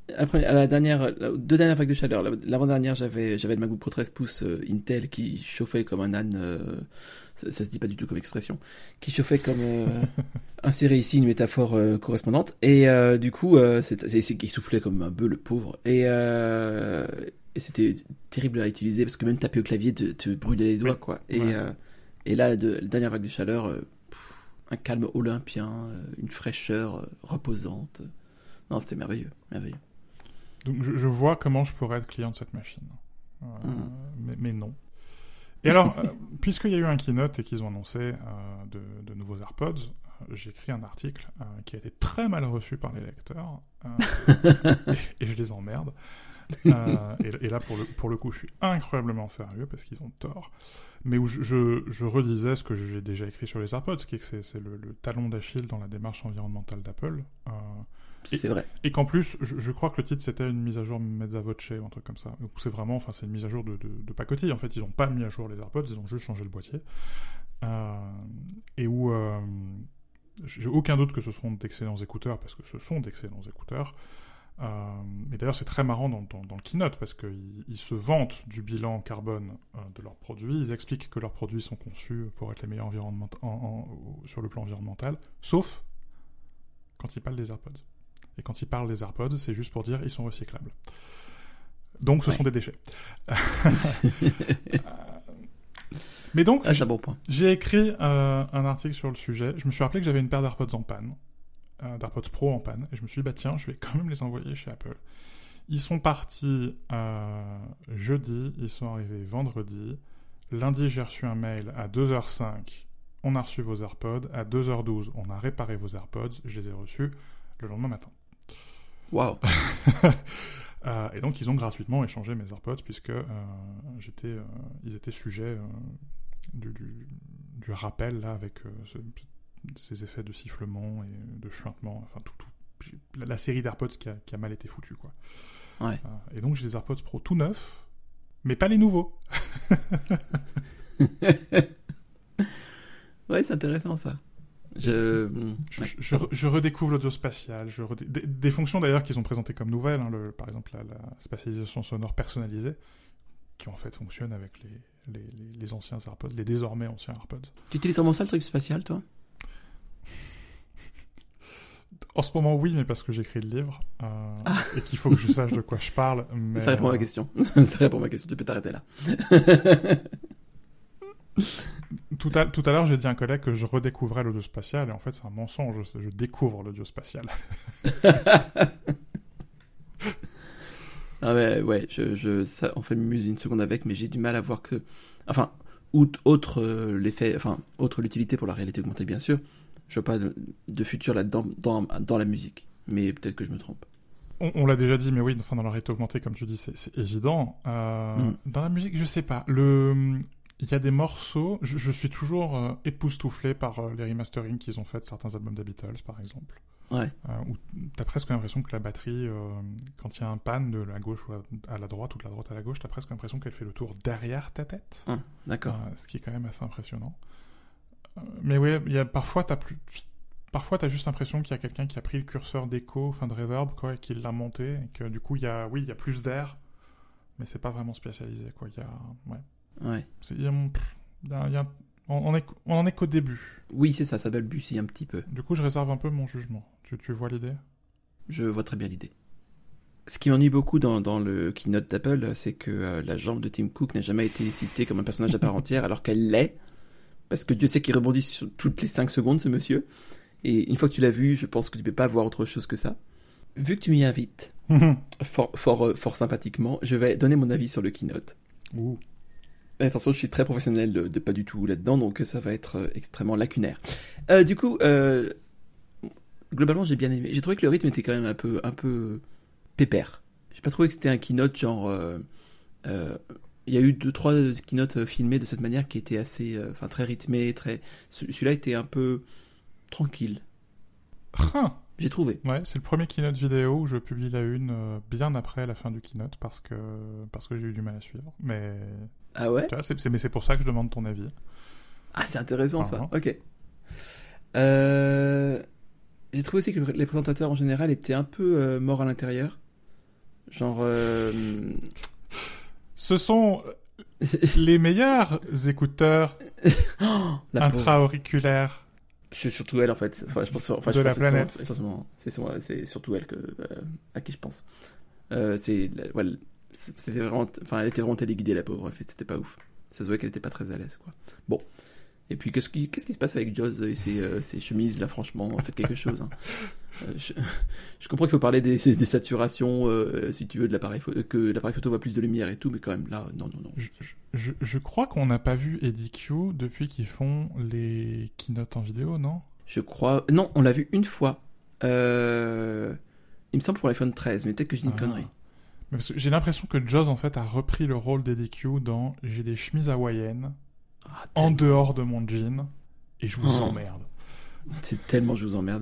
à la dernière, deux dernières vagues de chaleur. L'avant-dernière, j'avais le MacBook Pro 13 pouces Intel qui chauffait comme un âne. Ça se dit pas du tout comme expression. Qui chauffait comme insérer ici une métaphore correspondante. Et du coup, il soufflait comme un bœuf, le pauvre. Et c'était terrible à utiliser parce que même taper au clavier te brûlait les doigts, quoi. Et là, la dernière vague de chaleur, un calme olympien, une fraîcheur reposante. Non, c'était merveilleux, merveilleux. Donc je vois comment je pourrais être client de cette machine. Mais non. Et alors, puisqu'il y a eu un keynote et qu'ils ont annoncé de nouveaux AirPods, j'ai écrit un article qui a été très mal reçu par les lecteurs et je les emmerde. Et là, pour le coup, je suis incroyablement sérieux parce qu'ils ont tort. Mais où je redisais ce que j'ai déjà écrit sur les AirPods, qui est que c'est le talon d'Achille dans la démarche environnementale d'Apple. C'est vrai. Et qu'en plus, je crois que le titre c'était une mise à jour mezza voce ou un truc comme ça. Donc c'est vraiment, c'est une mise à jour de pacotille. En fait, ils n'ont pas mis à jour les AirPods, ils ont juste changé le boîtier. Et où j'ai aucun doute que ce seront d'excellents écouteurs, parce que ce sont d'excellents écouteurs. Et d'ailleurs, c'est très marrant dans le keynote, parce qu'ils se vantent du bilan carbone de leurs produits. Ils expliquent que leurs produits sont conçus pour être les meilleurs sur le plan environnemental, sauf quand ils parlent des AirPods. Et quand ils parlent des AirPods, c'est juste pour dire ils sont recyclables. Donc ce sont des déchets. Mais donc, c'est un bon point. J'ai écrit un article sur le sujet. Je me suis rappelé que j'avais une paire d'AirPods en panne, d'AirPods Pro en panne, et je me suis dit, tiens, je vais quand même les envoyer chez Apple. Ils sont partis jeudi, ils sont arrivés vendredi. Lundi, j'ai reçu un mail à 2h05. On a reçu vos AirPods. À 2h12, on a réparé vos AirPods. Je les ai reçus le lendemain matin. Waouh. Et donc, ils ont gratuitement échangé mes AirPods puisque ils étaient sujets du rappel là, avec ces effets de sifflement et de chuintement. Enfin, la série d'AirPods qui a mal été foutue, quoi. Ouais. Et donc, j'ai des AirPods Pro tout neufs, mais pas les nouveaux. Ouais, c'est intéressant ça. Je redécouvre l'audio spatial, des fonctions d'ailleurs qu'ils ont présentées comme nouvelles, hein, par exemple la spatialisation sonore personnalisée, qui en fait fonctionne avec les anciens AirPods, les désormais anciens AirPods. Tu utilises vraiment ça le truc spatial, toi? En ce moment, oui, mais parce que j'écris le livre et qu'il faut que je sache de quoi je parle. Mais, ça répond à ma question. Ça répond à ma question. Tu peux t'arrêter là. Tout à l'heure, j'ai dit à un collègue que je redécouvrais l'audio spatial, et en fait, c'est un mensonge. Je découvre l'audio spatial. Ah mais ouais, ça, on fait m'amuse une seconde avec, mais j'ai du mal à voir que, enfin, outre l'effet, enfin, outre l'utilité pour la réalité augmentée, bien sûr, je vois pas de futur là-dedans dans la musique. Mais peut-être que je me trompe. On l'a déjà dit, mais oui, enfin, dans la réalité augmentée, comme tu dis, c'est évident. Dans la musique, je sais pas. Il y a des morceaux, je suis toujours époustouflé par les remasterings qu'ils ont fait de certains albums des Beatles, par exemple. Ouais. Où t'as presque l'impression que la batterie, quand il y a un pan de la gauche à la droite ou de la droite à la gauche, t'as presque l'impression qu'elle fait le tour derrière ta tête. D'accord. Ce qui est quand même assez impressionnant. Mais oui, parfois t'as juste l'impression qu'il y a quelqu'un qui a pris le curseur d'écho, enfin de reverb, quoi, et qui l'a monté, et que du coup, il y a plus d'air, mais c'est pas vraiment spécialisé, quoi. Ouais. On en est qu'au début. Oui, c'est ça balbutie un petit peu. Du coup, je réserve un peu mon jugement. Tu vois l'idée ? Je vois très bien l'idée. Ce qui m'ennuie beaucoup dans le keynote d'Apple, c'est que la jambe de Tim Cook n'a jamais été citée comme un personnage à part entière, alors qu'elle l'est. Parce que Dieu sait qu'il rebondit sur toutes les 5 secondes, ce monsieur. Et une fois que tu l'as vu, je pense que tu peux pas voir autre chose que ça. Vu que tu m'y invites, fort sympathiquement, je vais donner mon avis sur le keynote. Ouh. Attention, je suis très professionnel de pas du tout là-dedans, donc ça va être extrêmement lacunaire. Du coup, globalement, j'ai bien aimé. J'ai trouvé que le rythme était quand même un peu pépère. J'ai pas trouvé que c'était un keynote genre... Il y a eu 2-3 keynotes filmés de cette manière qui étaient assez... très rythmés, celui-là était un peu tranquille. J'ai trouvé. Ouais, c'est le premier keynote vidéo où je publie la une bien après la fin du keynote parce que j'ai eu du mal à suivre. Mais... Ah ouais? Mais c'est pour ça que je demande ton avis. Ah, c'est intéressant ça. Ok. J'ai trouvé aussi que les présentateurs en général étaient un peu morts à l'intérieur. Genre... Ce sont les meilleurs écouteurs intra-auriculaires. C'est surtout elle, en fait. Enfin, je pense, de la planète. C'est surtout elle à qui je pense. C'était vraiment... Enfin, elle était vraiment téléguidée, la pauvre. En fait, c'était pas ouf. Ça se voit qu'elle était pas très à l'aise, quoi. Bon. Et puis, qu'est-ce qui se passe avec Joz et ses chemises, là, franchement, faites quelque chose. Hein. Je comprends qu'il faut parler des saturations, si tu veux, de l'appareil que l'appareil photo voit plus de lumière et tout, mais quand même, là, non. Je crois qu'on n'a pas vu Eddy Cue depuis qu'ils font les keynotes en vidéo, non ? Je crois... Non, on l'a vu une fois. Il me semble pour l'iPhone 13, mais peut-être que je dis une connerie. Mais parce que j'ai l'impression que Joz, en fait, a repris le rôle d'Eddy Cue dans « J'ai des chemises hawaïennes en dehors de mon jean et je vous emmerde ». C'est tellement je vous emmerde.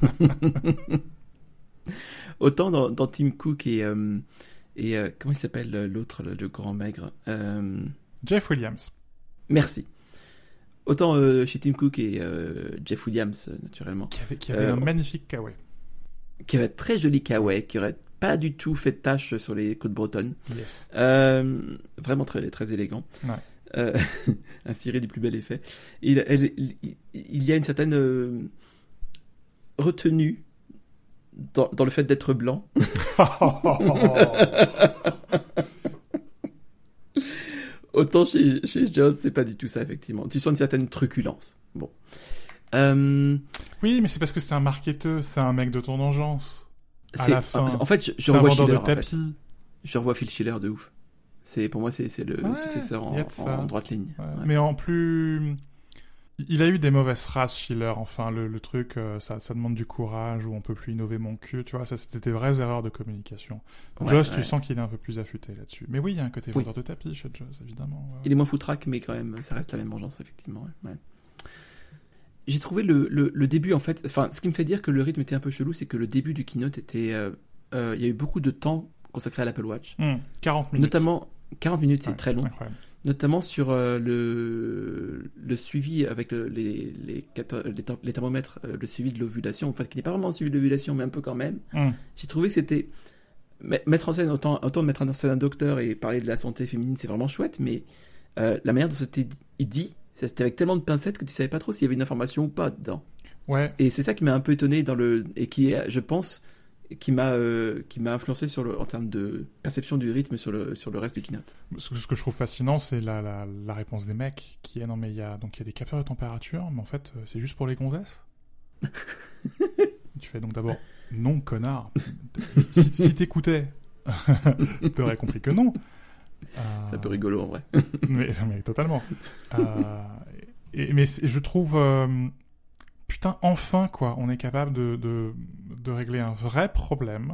Autant dans Tim Cook et comment il s'appelle l'autre, le grand maigre Jeff Williams. Merci. Autant chez Tim Cook et Jeff Williams, naturellement. Qui avait un magnifique kawaii. Qui avait très joli kawaii, qui aurait pas du tout fait de tache sur les côtes bretonnes. Yes. Vraiment très, très élégant. Ouais. Un ciré du plus bel effet. Il y a une certaine retenue dans le fait d'être blanc. Autant chez Joz, c'est pas du tout ça, effectivement. Tu sens une certaine truculence. Bon. Oui, mais c'est parce que c'est un marketeur, c'est un mec de ton engeance. À la fin. En fait, je revois Schiller. En fait. Je revois Phil Schiller de ouf. Pour moi, c'est le successeur en droite ligne. Ouais. Ouais. Mais en plus... Il a eu des mauvaises races, Schiller. Enfin, le truc, ça demande du courage, ou on peut plus innover mon cul. Tu vois, ça, c'était des vraies erreurs de communication. Joz, tu sens qu'il est un peu plus affûté là-dessus. Mais oui, il y a un côté vendeur de tapis chez Joz, évidemment. Ouais. Il est moins foutraque, mais quand même, ça reste la même vengeance, effectivement. Ouais. J'ai trouvé le début, en fait... Enfin, ce qui me fait dire que le rythme était un peu chelou, c'est que le début du keynote était... il y a eu beaucoup de temps consacré à l'Apple Watch. 40 minutes. Notamment... 40 minutes, c'est très long. Incroyable. Notamment sur le suivi avec les thermomètres, le suivi de l'ovulation, en fait, qui n'est pas vraiment un suivi de l'ovulation, mais un peu quand même. J'ai trouvé que c'était... Mettre en scène, autant mettre en scène un docteur et parler de la santé féminine, c'est vraiment chouette, mais la manière dont c'était dit, c'était avec tellement de pincettes que tu savais pas trop s'il y avait une information ou pas dedans. Ouais. Et c'est ça qui m'a un peu étonné et qui est, je pense... qui m'a influencé en termes de perception du rythme sur le reste du keynote. Ce que je trouve fascinant, c'est la réponse des mecs qui est non mais il y a des capteurs de température, mais en fait c'est juste pour les gonzesses. Tu fais donc d'abord non connard. Si t'écoutais, t'aurais compris que non. C'est un peu rigolo en vrai. mais totalement. Mais je trouve putain, enfin, quoi, on est capable de régler un vrai problème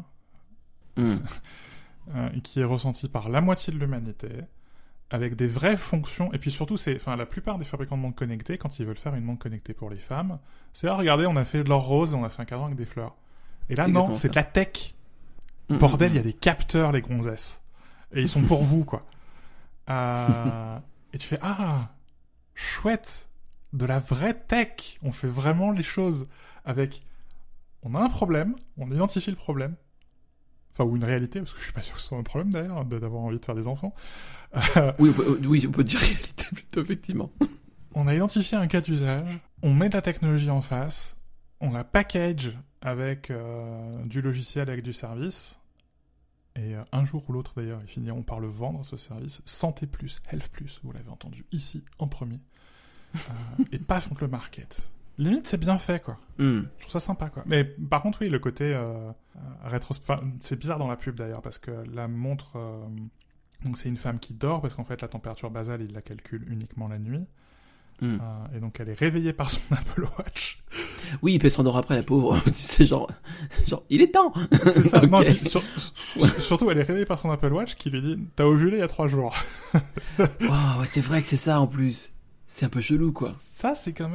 qui est ressenti par la moitié de l'humanité, avec des vraies fonctions, et puis surtout, la plupart des fabricants de montres connectées, quand ils veulent faire une montre connectée pour les femmes, c'est regardez, on a fait de l'or rose, on a fait un cadran avec des fleurs. Et là, non, c'est de la tech. Bordel, il y a des capteurs, les gonzesses. Et ils sont pour vous, quoi. Et tu fais, chouette, de la vraie tech. On fait vraiment les choses avec... On a un problème, on identifie le problème. Enfin, ou une réalité, parce que je suis pas sûr que ce soit un problème, d'ailleurs, d'avoir envie de faire des enfants. Oui, on peut dire réalité, plutôt, effectivement. On a identifié un cas d'usage, on met de la technologie en face, on la package avec du logiciel, avec du service, et un jour ou l'autre, d'ailleurs, ils finiront par le vendre, ce service. Santé Plus, Health Plus, vous l'avez entendu ici, en premier. Et paf, on te le market. Limite, c'est bien fait, quoi. Je trouve ça sympa, quoi. Mais par contre, oui, le côté c'est bizarre dans la pub, d'ailleurs, parce que la montre... donc, c'est une femme qui dort, parce qu'en fait, la température basale, il la calcule uniquement la nuit. Et donc, elle est réveillée par son Apple Watch. Oui, puis elle s'endort après, la pauvre. Tu sais, genre, il est temps. C'est ça. Okay. Non, surtout, elle est réveillée par son Apple Watch qui lui dit « T'as ovulé il y a 3 jours. » Wow, c'est vrai que c'est ça, en plus. C'est un peu chelou, quoi. Ça, c'est quand même...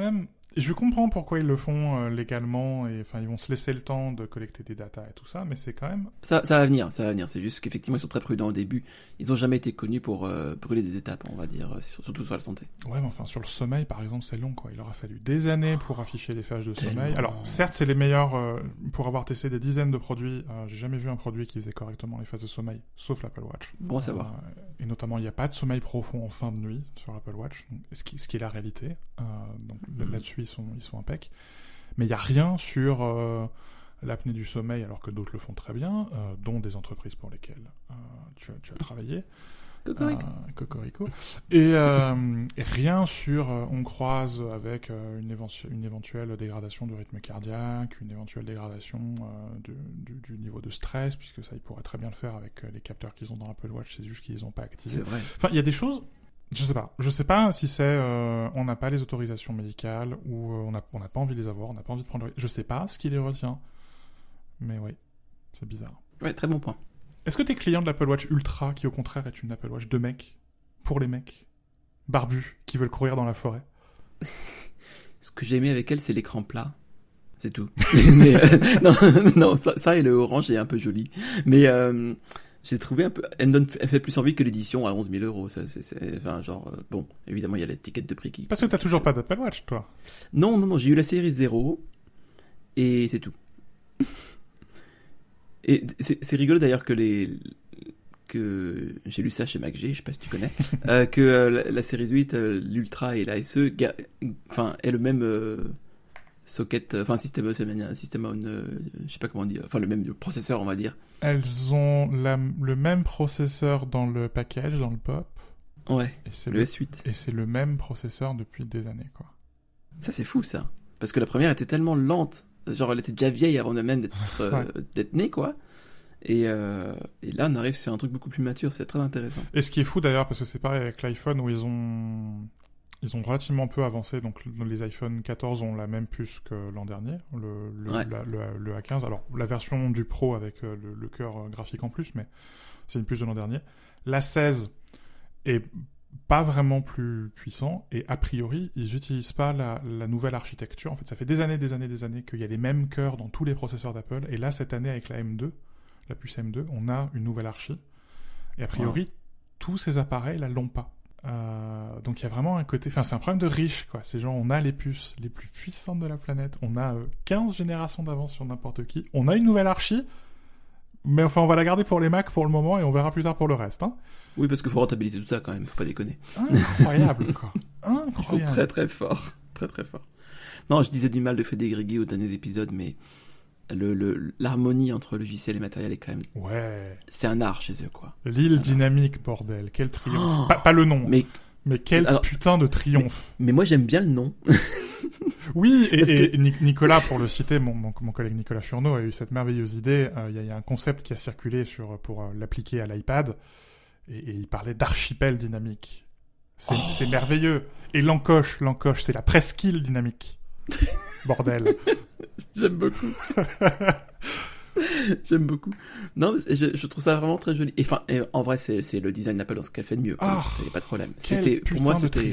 Et je comprends pourquoi ils le font légalement, et enfin ils vont se laisser le temps de collecter des datas et tout ça, mais c'est quand même... Ça va venir. C'est juste qu'effectivement, ils sont très prudents au début. Ils n'ont jamais été connus pour brûler des étapes, on va dire, surtout sur la santé. Ouais, mais enfin, sur le sommeil, par exemple, c'est long, quoi. Il aura fallu des années pour afficher les phases de sommeil. Tellement. Alors, certes, c'est les meilleurs, pour avoir testé des dizaines de produits, j'ai jamais vu un produit qui faisait correctement les phases de sommeil, sauf l'Apple Watch. Bon à savoir. Et notamment, il n'y a pas de sommeil profond en fin de nuit sur l'Apple Watch, donc, ce qui est la réalité. Donc là-dessus, ils sont impecs. Mais il n'y a rien sur l'apnée du sommeil, alors que d'autres le font très bien, dont des entreprises pour lesquelles tu as travaillé. Cocorico. Et rien sur on croise avec une éventuelle dégradation du rythme cardiaque, une éventuelle dégradation du niveau de stress, puisque ça, ils pourraient très bien le faire avec les capteurs qu'ils ont dans l'Apple Watch, c'est juste qu'ils les ont pas activés. C'est vrai. Enfin, il y a des choses... Je sais pas si c'est on n'a pas les autorisations médicales ou on n'a pas envie de les avoir, on n'a pas envie de prendre... Je sais pas ce qui les retient, mais oui, c'est bizarre. Ouais, très bon point. Est-ce que t'es client de l'Apple Watch Ultra, qui au contraire est une Apple Watch de mecs, pour les mecs, barbus, qui veulent courir dans la forêt? Ce que j'ai aimé avec elle, c'est l'écran plat. C'est tout. Mais, non, ça et le orange est un peu joli. Mais j'ai trouvé un peu... Elle fait plus envie que l'édition à 11 000 €. Enfin, genre... bon, évidemment, il y a l'étiquette de prix qui... Parce que t'as toujours pas d'Apple Watch, toi. Non, j'ai eu la série 0, et c'est tout. Et c'est rigolo d'ailleurs que j'ai lu ça chez MacG, je sais pas si tu connais, que la série 8, l'Ultra et la SE, est le même socket, enfin système on, je sais pas comment dire, enfin le même processeur on va dire. Elles ont le même processeur dans le package, dans le pop. Ouais. Et c'est le S8. Et c'est le même processeur depuis des années, quoi. Ça c'est fou ça, parce que la première était tellement lente. Genre, elle était déjà vieille avant même d'être née, quoi. Et là, on arrive sur un truc beaucoup plus mature. C'est très intéressant. Et ce qui est fou, d'ailleurs, parce que c'est pareil avec l'iPhone, où ils ont relativement peu avancé. Donc, les iPhone 14 ont la même puce que l'an dernier, le A15. Alors, la version du Pro avec le cœur graphique en plus, mais c'est une puce de l'an dernier. La 16 est pas vraiment plus puissant, et a priori, ils n'utilisent pas la nouvelle architecture. En fait, ça fait des années qu'il y a les mêmes cœurs dans tous les processeurs d'Apple, et là, cette année, avec la M2, la puce M2, on a une nouvelle archi, et a priori, tous ces appareils, là, l'ont pas. Donc, il y a vraiment un côté... Enfin, c'est un problème de riche, quoi. C'est genre, on a les puces les plus puissantes de la planète, on a 15 générations d'avance sur n'importe qui, on a une nouvelle archi, mais enfin, on va la garder pour les Mac pour le moment, et on verra plus tard pour le reste, hein. Oui, parce qu'il faut rentabiliser tout ça quand même, faut pas déconner. Incroyable, quoi. Incroyable. Ils sont très très forts. Très très forts. Non, je disais du mal de Frédéric Grégui aux derniers épisodes, mais l'harmonie entre logiciel et matériel est quand même... Ouais. C'est un art chez eux, quoi. L'île dynamique, bordel. Quel triomphe. Pas le nom. Mais quel putain de triomphe. Mais moi, j'aime bien le nom. Oui, et Nicolas, pour le citer, mon collègue Nicolas Furneaux a eu cette merveilleuse idée. Il y a un concept qui a circulé pour l'appliquer à l'iPad. Et il parlait d'archipel dynamique. C'est merveilleux. Et l'encoche, c'est la presqu'île dynamique. Bordel. J'aime beaucoup. J'aime beaucoup. Non, je trouve ça vraiment très joli. Et enfin, en vrai, c'est le design d'Apple dans ce qu'elle fait de mieux. Ça y a pas de problème. Pour moi, c'était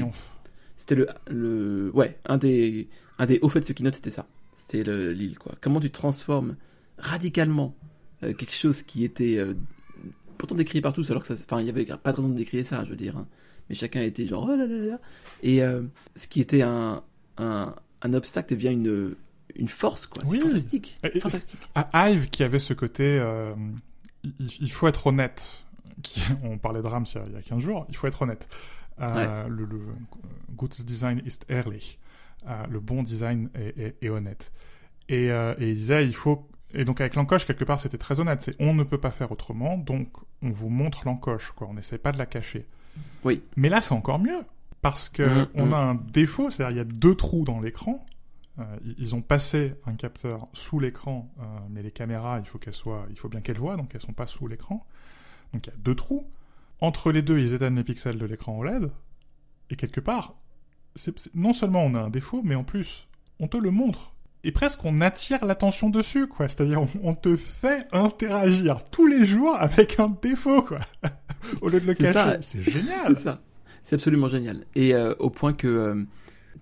un des hauts faits de ce keynote, c'était ça. C'était l'île, quoi. Comment tu transformes radicalement quelque chose qui était pourtant décrié partout, alors que il y avait pas de raison de décrire ça, je veux dire. Hein. Mais chacun était genre oh là là là. Et ce qui était un obstacle devient une force, quoi. C'est fantastique. Fantastique. À Hive, qui avait ce côté, il faut être honnête. On parlait de Rams il y a 15 jours. Il faut être honnête. Le good design is ehrlich. Le bon design est honnête. Et il disait, il faut... Et donc avec l'encoche, quelque part, c'était très honnête. C'est on ne peut pas faire autrement, donc on vous montre l'encoche, quoi. On n'essaie pas de la cacher. Oui. Mais là, c'est encore mieux. Parce que on a un défaut, c'est-à-dire il y a 2 trous dans l'écran. Ils ont passé un capteur sous l'écran, mais les caméras, il faut bien qu'elles voient, donc elles sont pas sous l'écran. Donc il y a 2 trous. Entre les deux, ils éteignent les pixels de l'écran OLED. Et quelque part, non seulement on a un défaut, mais en plus, on te le montre. Et presque on attire l'attention dessus, quoi. C'est-à-dire, on te fait interagir tous les jours avec un défaut, quoi. Au lieu de le cacher. Ça. C'est génial. C'est ça. C'est absolument génial. Et au point que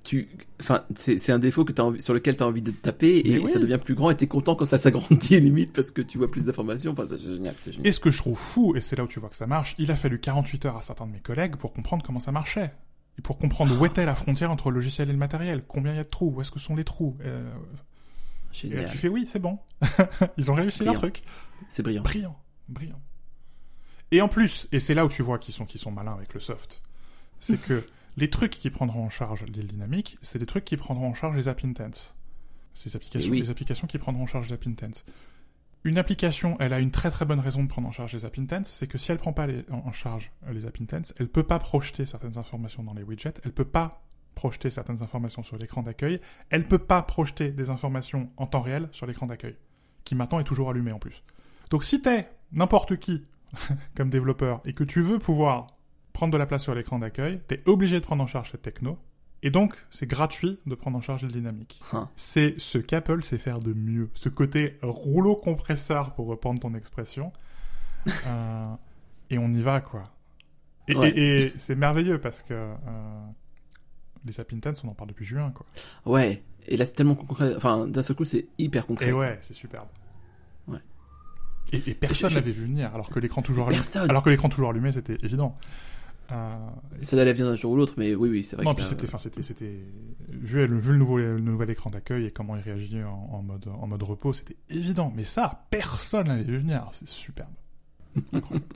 c'est un défaut sur lequel tu as envie de te taper et oui. Ça devient plus grand et tu es content quand ça s'agrandit limite parce que tu vois plus d'informations. Enfin, c'est génial. Et ce que je trouve fou, et c'est là où tu vois que ça marche, il a fallu 48 heures à certains de mes collègues pour comprendre comment ça marchait. Et pour comprendre où était la frontière entre le logiciel et le matériel. Combien il y a de trous, où est-ce que sont les trous. Génial. Et là, tu fais oui, c'est bon. Ils ont réussi leur truc. C'est brillant. Brillant. Et en plus, et c'est là où tu vois qu'ils sont malins avec le soft, c'est que les trucs qui prendront en charge l'île dynamique, c'est des trucs qui prendront en charge les app intents. Ces applications, les applications qui prendront en charge les app intents. Une application, elle a une très très bonne raison de prendre en charge les app intents, c'est que si elle prend pas en charge les app intents, elle peut pas projeter certaines informations dans les widgets, elle peut pas projeter certaines informations sur l'écran d'accueil, elle peut pas projeter des informations en temps réel sur l'écran d'accueil, qui maintenant est toujours allumé en plus. Donc si t'es n'importe qui, comme développeur, et que tu veux pouvoir prendre de la place sur l'écran d'accueil, t'es obligé de prendre en charge cette techno, et donc c'est gratuit de prendre en charge le dynamique. C'est ce qu'Apple sait faire de mieux, ce côté rouleau compresseur, pour reprendre ton expression, et on y va, quoi. Et c'est merveilleux, parce que les app intents, on en parle depuis juin, quoi. Ouais, et là c'est tellement concret, enfin d'un seul coup c'est hyper concret. Et ouais, c'est superbe. Ouais. Et personne l'avait vu venir, alors que l'écran toujours allumé, c'était évident. Ça allait venir d'un jour ou l'autre, mais oui, c'est vrai. Non, puis c'était vu le nouvel écran d'accueil et comment il réagit en mode repos, c'était évident. Mais ça, personne l'avait vu venir. C'est superbe. Incroyable.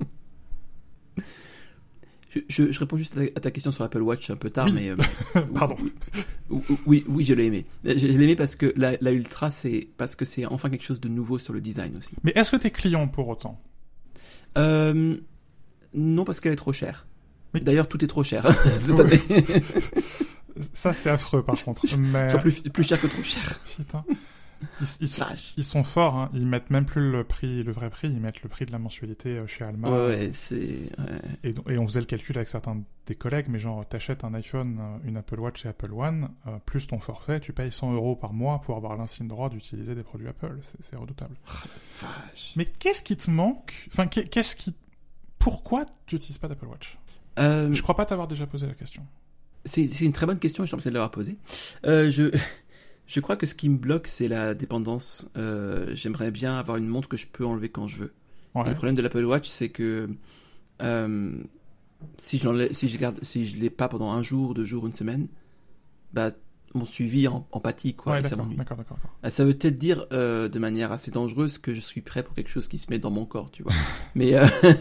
Je réponds juste à ta question sur l'Apple Watch un peu tard, mais pardon. Oui, je l'ai aimé. Je l'ai aimé parce que la Ultra, c'est parce que c'est enfin quelque chose de nouveau sur le design aussi. Mais est-ce que t'es client pour autant? Non, parce qu'elle est trop chère. Mais... D'ailleurs, tout est trop cher cette année. Ça, c'est affreux, par contre. Mais... C'est plus cher que trop cher. Putain. Ils sont forts, hein. Ils mettent même plus le vrai prix, ils mettent le prix de la mensualité chez Alma. Ouais, c'est... Ouais. Et on faisait le calcul avec certains des collègues, mais genre, t'achètes un iPhone, une Apple Watch et Apple One, plus ton forfait, tu payes 100 € par mois pour avoir l'insigne droit d'utiliser des produits Apple. C'est redoutable. Oh, vache. Mais qu'est-ce qui te manque? Enfin, pourquoi tu n'utilises pas d'Apple Watch? Je crois pas t'avoir déjà posé la question. C'est une très bonne question, j'ai l'impression de l'avoir posée. Je crois que ce qui me bloque, c'est la dépendance. J'aimerais bien avoir une montre que je peux enlever quand je veux. Ouais. Le problème de l'Apple Watch, c'est que si je l'ai pas pendant un jour, 2 jours, une semaine, bah mon suivi en pâtit, quoi. Ouais, et ça m'ennuie. D'accord. Ça veut peut-être dire de manière assez dangereuse que je suis prêt pour quelque chose qui se met dans mon corps, tu vois. mais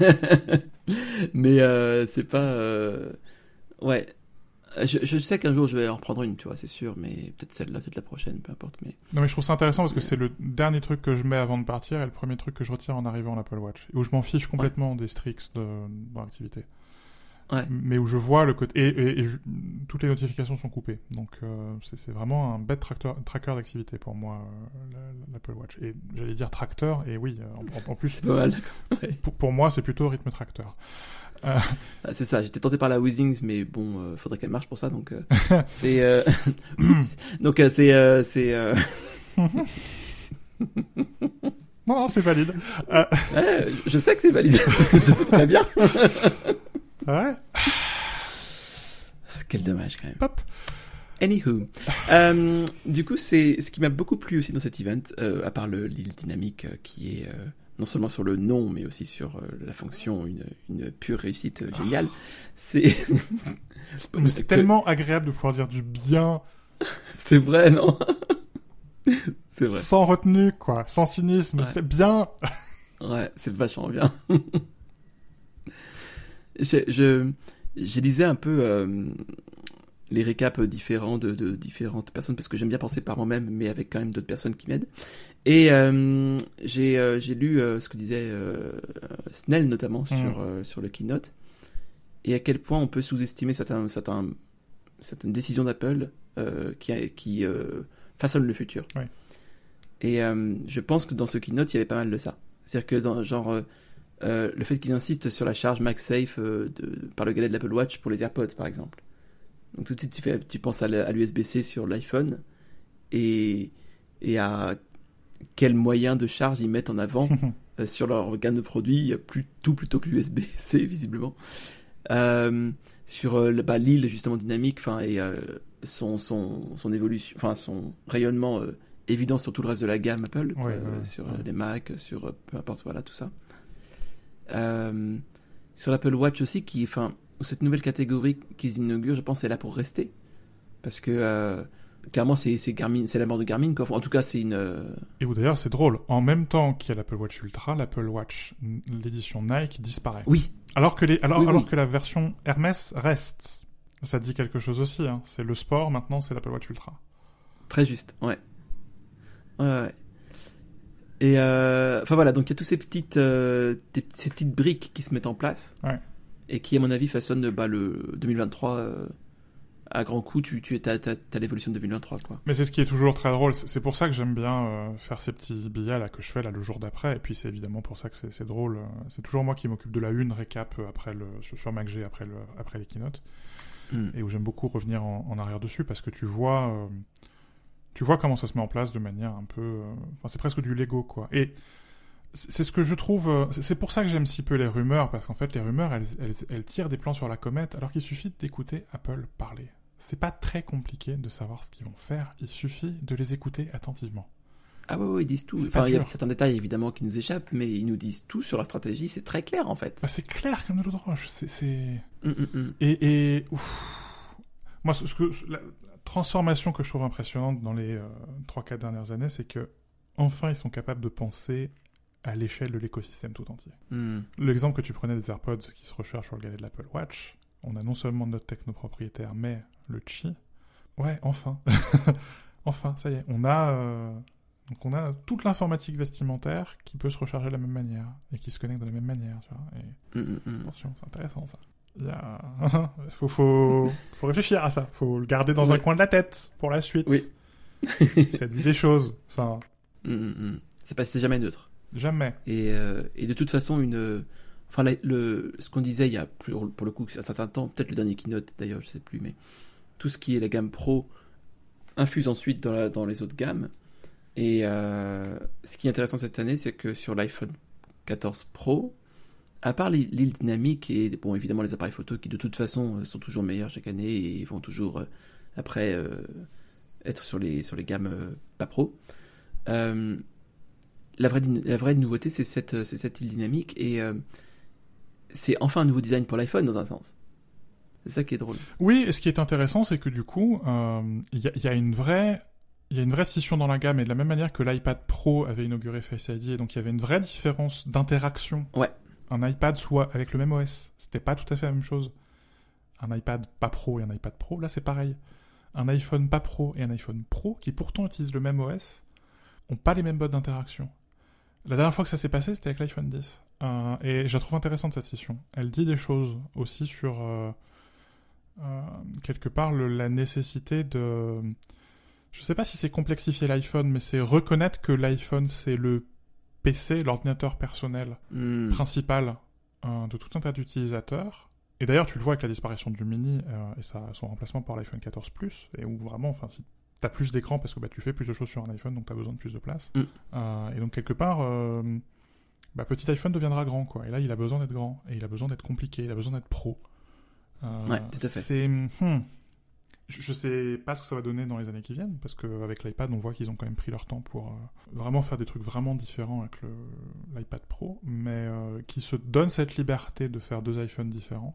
c'est pas. Ouais. Je sais qu'un jour je vais en prendre une, tu vois, c'est sûr, mais peut-être celle-là, peut-être la prochaine, peu importe. Mais... Non, mais je trouve ça intéressant parce que c'est le dernier truc que je mets avant de partir et le premier truc que je retire en arrivant à l'Apple Watch. Et où je m'en fiche complètement des Strix dans l'activité. Ouais. Mais où je vois le côté... Et toutes les notifications sont coupées. Donc c'est vraiment un bête tracker d'activité pour moi, l'Apple Watch. Et j'allais dire tracteur, et oui, en plus... C'est pas mal, d'accord. Ouais. Pour moi, c'est plutôt rythme tracteur. C'est ça, j'étais tenté par la Withings, mais bon, faudrait qu'elle marche pour ça, donc c'est donc c'est non, c'est valide. Je sais que c'est valide. Je sais très bien. Ouais. Quel dommage quand même. Pop. Anywho, du coup, c'est ce qui m'a beaucoup plu aussi dans cet event, à part l'île dynamique qui est non seulement sur le nom, mais aussi sur la fonction, une pure réussite géniale. C'est tellement agréable de pouvoir dire du bien. C'est vrai, non? C'est vrai. Sans retenue, quoi. Sans cynisme. Ouais. C'est bien. Ouais, c'est vachement bien. J'ai lisé un peu les récaps différents de différentes personnes, parce que j'aime bien penser par moi-même, mais avec quand même d'autres personnes qui m'aident. Et j'ai lu ce que disait Snell, notamment, sur le keynote, et à quel point on peut sous-estimer certaines décisions d'Apple qui façonnent le futur. Ouais. Et je pense que dans ce keynote, il y avait pas mal de ça. C'est-à-dire que le fait qu'ils insistent sur la charge MagSafe par le galet de l'Apple Watch pour les AirPods, par exemple. Donc tout de suite, tu penses à l'USB-C sur l'iPhone et à quels moyens de charge ils mettent en avant sur leur gamme de produits, plutôt que l'USB-C, visiblement. Sur l'île, justement, dynamique, son évolution, enfin son rayonnement évident sur tout le reste de la gamme Apple, sur les Mac, sur peu importe, voilà, tout ça. Sur l'Apple Watch aussi, cette nouvelle catégorie qu'ils inaugurent, je pense, est là pour rester. Parce que clairement, c'est Garmin, c'est la mort de Garmin, quoi. En tout cas, c'est une. Et d'ailleurs, c'est drôle. En même temps qu'il y a l'Apple Watch Ultra, l'Apple Watch, l'édition Nike, disparaît. Oui. Alors que la version Hermès reste. Ça dit quelque chose aussi. Hein. C'est le sport, maintenant, c'est l'Apple Watch Ultra. Très juste, ouais. Ouais. Et enfin voilà, donc il y a toutes ces petites briques qui se mettent en place. Ouais. Et qui, à mon avis, façonnent le 2023. À grands coups, t'as l'évolution de 2023, quoi. Mais c'est ce qui est toujours très drôle. C'est pour ça que j'aime bien faire ces petits billets là que je fais là le jour d'après. Et puis c'est évidemment pour ça que c'est drôle. C'est toujours moi qui m'occupe de la une récap sur MacG après les keynotes. Et où j'aime beaucoup revenir en arrière dessus parce que tu vois comment ça se met en place de manière un peu. C'est presque du Lego, quoi. Et c'est ce que je trouve. C'est pour ça que j'aime si peu les rumeurs, parce qu'en fait les rumeurs elles tirent des plans sur la comète, alors qu'il suffit d'écouter Apple parler. C'est pas très compliqué de savoir ce qu'ils vont faire, il suffit de les écouter attentivement. Ah ouais, ils disent tout. Enfin, il y a certains détails évidemment qui nous échappent, mais ils nous disent tout sur la stratégie, c'est très clair en fait. C'est clair comme de l'eau de roche. Et moi, la transformation que je trouve impressionnante dans les 3-4 dernières années, c'est que enfin ils sont capables de penser à l'échelle de l'écosystème tout entier. L'exemple que tu prenais des AirPods qui se recherchent sur le galet de l'Apple Watch, on a non seulement notre techno propriétaire, mais le Qi. Ouais, enfin. Enfin, ça y est. On a toute l'informatique vestimentaire qui peut se recharger de la même manière et qui se connecte de la même manière. Tu vois. Et attention, c'est intéressant ça. Faut réfléchir à ça. Faut le garder dans un coin de la tête pour la suite. Oui. Ça dit des choses. Enfin. C'est jamais neutre. Jamais. Et de toute façon, ce qu'on disait il y a pour le coup un certain temps, peut-être le dernier keynote d'ailleurs, je sais plus, mais tout ce qui est la gamme Pro infuse ensuite dans les autres gammes. Et ce qui est intéressant cette année, c'est que sur l'iPhone 14 Pro, à part l'île dynamique et bon évidemment les appareils photo qui de toute façon sont toujours meilleurs chaque année et vont toujours après être sur les gammes pas pro. La vraie nouveauté, c'est cette île dynamique et c'est enfin un nouveau design pour l'iPhone dans un sens. C'est ça qui est drôle. Oui, et ce qui est intéressant, c'est que du coup, il y a une vraie scission dans la gamme, et de la même manière que l'iPad Pro avait inauguré Face ID, et donc il y avait une vraie différence d'interaction. Ouais. Un iPad soit avec le même OS, c'était pas tout à fait la même chose. Un iPad pas Pro et un iPad Pro, là c'est pareil. Un iPhone pas Pro et un iPhone Pro, qui pourtant utilisent le même OS, ont pas les mêmes modes d'interaction. La dernière fois que ça s'est passé, c'était avec l'iPhone 10. Et je la trouve intéressante cette scission. Elle dit des choses aussi sur quelque part la nécessité de... Je sais pas si c'est complexifier l'iPhone, mais c'est reconnaître que l'iPhone c'est le PC, l'ordinateur personnel principal de tout un tas d'utilisateurs. Et d'ailleurs, tu le vois avec la disparition du Mini et son remplacement par l'iPhone 14 Plus, et où vraiment, enfin, si t'as plus d'écran parce que tu fais plus de choses sur un iPhone, donc t'as besoin de plus de place. Et donc quelque part, petit iPhone deviendra grand, quoi. Et là, il a besoin d'être grand, et il a besoin d'être compliqué, il a besoin d'être pro. Ouais, tout à fait. Je sais pas ce que ça va donner dans les années qui viennent, parce qu'avec l'iPad, on voit qu'ils ont quand même pris leur temps pour vraiment faire des trucs vraiment différents avec l'iPad Pro, mais qui se donne cette liberté de faire deux iPhones différents.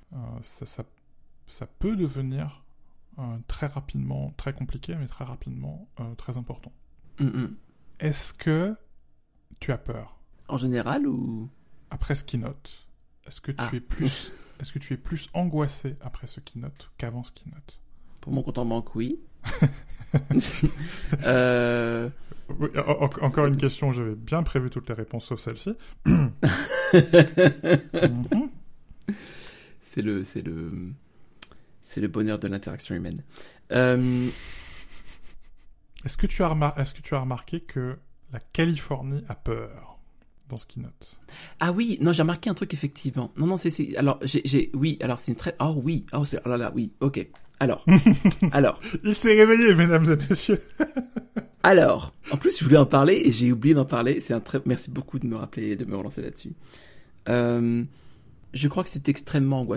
Ça peut devenir très rapidement, très compliqué, mais très rapidement très important. Est-ce que tu as peur? En général ou... Après ce keynote, est-ce que tu es plus angoissé après ce keynote qu'avant ce keynote? Pour mon compte en banque, oui. Encore une question, j'avais bien prévu toutes les réponses sauf celle-ci. C'est le bonheur de l'interaction humaine. Est-ce que tu as remarqué que la Californie a peur dans ce keynote? Ah oui, non, j'ai remarqué un truc effectivement. Non, c'est alors oui, alors c'est une très oui, c'est oh là là, oui, OK. Alors. Il s'est réveillé, mesdames et messieurs. Alors, en plus, je voulais en parler et j'ai oublié d'en parler. Merci beaucoup de me rappeler et de me relancer là-dessus. Je crois que c'est extrêmement angoissant.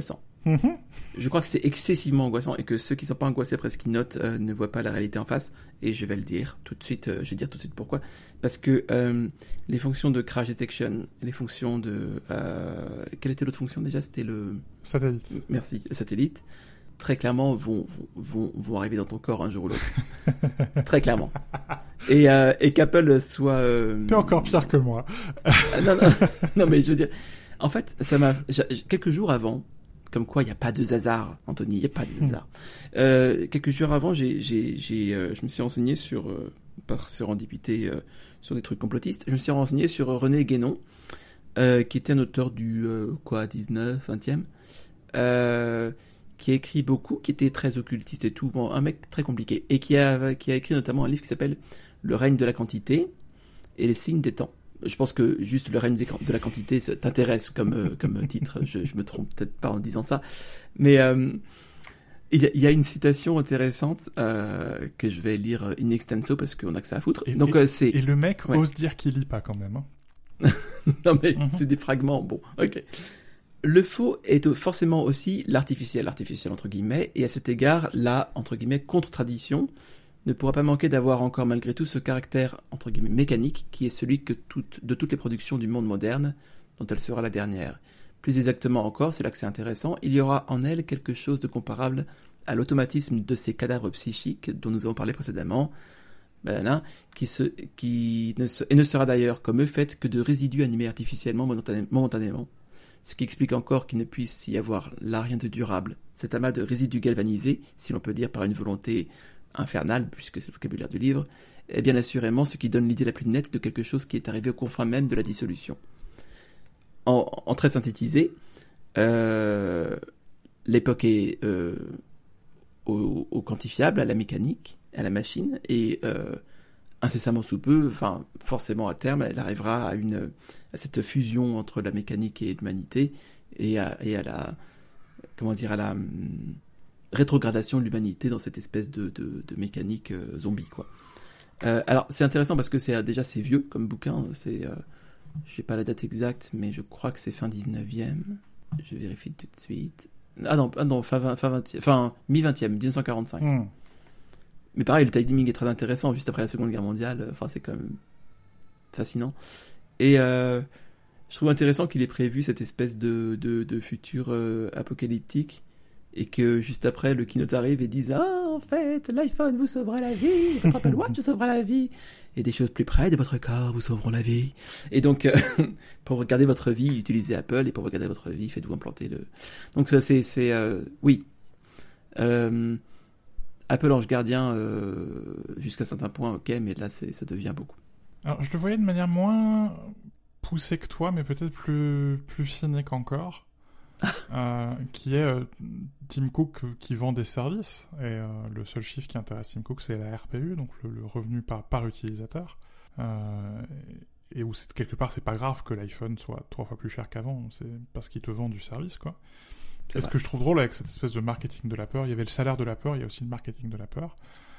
Je crois que c'est excessivement angoissant et que ceux qui sont pas angoissés après ce qu'ils notent ne voient pas la réalité en face. Et je vais le dire tout de suite. Je vais dire tout de suite pourquoi. Parce que les fonctions de crash detection, les fonctions de quelle était l'autre fonction déjà? C'était le satellite. Merci, le satellite. Très clairement vont arriver dans ton corps un jour ou l'autre. Très clairement. Et qu'Apple soit. T'es encore pire que moi. Non, mais je veux dire, en fait, quelques jours avant. Comme quoi, il n'y a pas de hasard, Anthony, il n'y a pas de hasard. Quelques jours avant, je me suis renseigné par sérendipité sur des trucs complotistes. Je me suis renseigné sur René Guénon, qui était un auteur du 19, 20e, qui a écrit beaucoup, qui était très occultiste et tout, bon, un mec très compliqué, et qui a écrit notamment un livre qui s'appelle Le règne de la quantité et les signes des temps. Je pense que juste le règne de la quantité t'intéresse comme titre. Je me trompe peut-être pas en disant ça. Mais il y a une citation intéressante que je vais lire in extenso parce qu'on a que ça à foutre. Et le mec ose dire qu'il lit pas quand même. Hein. Non mais c'est des fragments. Bon, ok. Le faux est forcément aussi l'artificiel entre guillemets. Et à cet égard, la entre guillemets contre-tradition ne pourra pas manquer d'avoir encore malgré tout ce caractère entre guillemets mécanique qui est celui de toutes les productions du monde moderne dont elle sera la dernière. Plus exactement encore, c'est là que c'est intéressant, il y aura en elle quelque chose de comparable à l'automatisme de ces cadavres psychiques dont nous avons parlé précédemment, qui ne sera d'ailleurs comme eux faite que de résidus animés artificiellement momentanément, ce qui explique encore qu'il ne puisse y avoir là rien de durable. Cet amas de résidus galvanisés, si l'on peut dire par une volonté infernal, puisque c'est le vocabulaire du livre, est bien assurément ce qui donne l'idée la plus nette de quelque chose qui est arrivé aux confins même de la dissolution. En très synthétisé, l'époque est au quantifiable, à la mécanique, à la machine, et incessamment sous peu, enfin forcément à terme, elle arrivera à cette fusion entre la mécanique et l'humanité, et à la rétrogradation de l'humanité dans cette espèce de mécanique zombie, quoi. Alors c'est intéressant parce que c'est vieux comme bouquin, j'ai pas la date exacte, mais je crois que c'est fin 19e, je vérifie tout de suite. Fin 20e, enfin mi-20e, 1945. Mais pareil, le timing est très intéressant, juste après la Seconde Guerre mondiale, enfin c'est quand même fascinant. Et je trouve intéressant qu'il ait prévu cette espèce de futur apocalyptique, et que juste après le keynote arrive et dise en fait l'iPhone vous sauvera la vie, votre Apple Watch vous sauvera la vie, et des choses plus près de votre corps vous sauveront la vie. Et donc pour regarder votre vie, utilisez Apple, et pour regarder votre vie, faites-vous implanter le. Donc ça oui. Apple Ange Gardien jusqu'à un certain point, ok, mais là ça devient beaucoup. Alors je le voyais de manière moins poussée que toi, mais peut-être plus cynique encore. Qui est Tim Cook qui vend des services, et le seul chiffre qui intéresse Tim Cook, c'est la RPU, donc le revenu par utilisateur, et où quelque part c'est pas grave que l'iPhone soit 3 fois plus cher qu'avant, c'est parce qu'il te vend du service, quoi. Et ce que je trouve drôle avec cette espèce de marketing de la peur, il y avait le salaire de la peur, il y a aussi le marketing de la peur.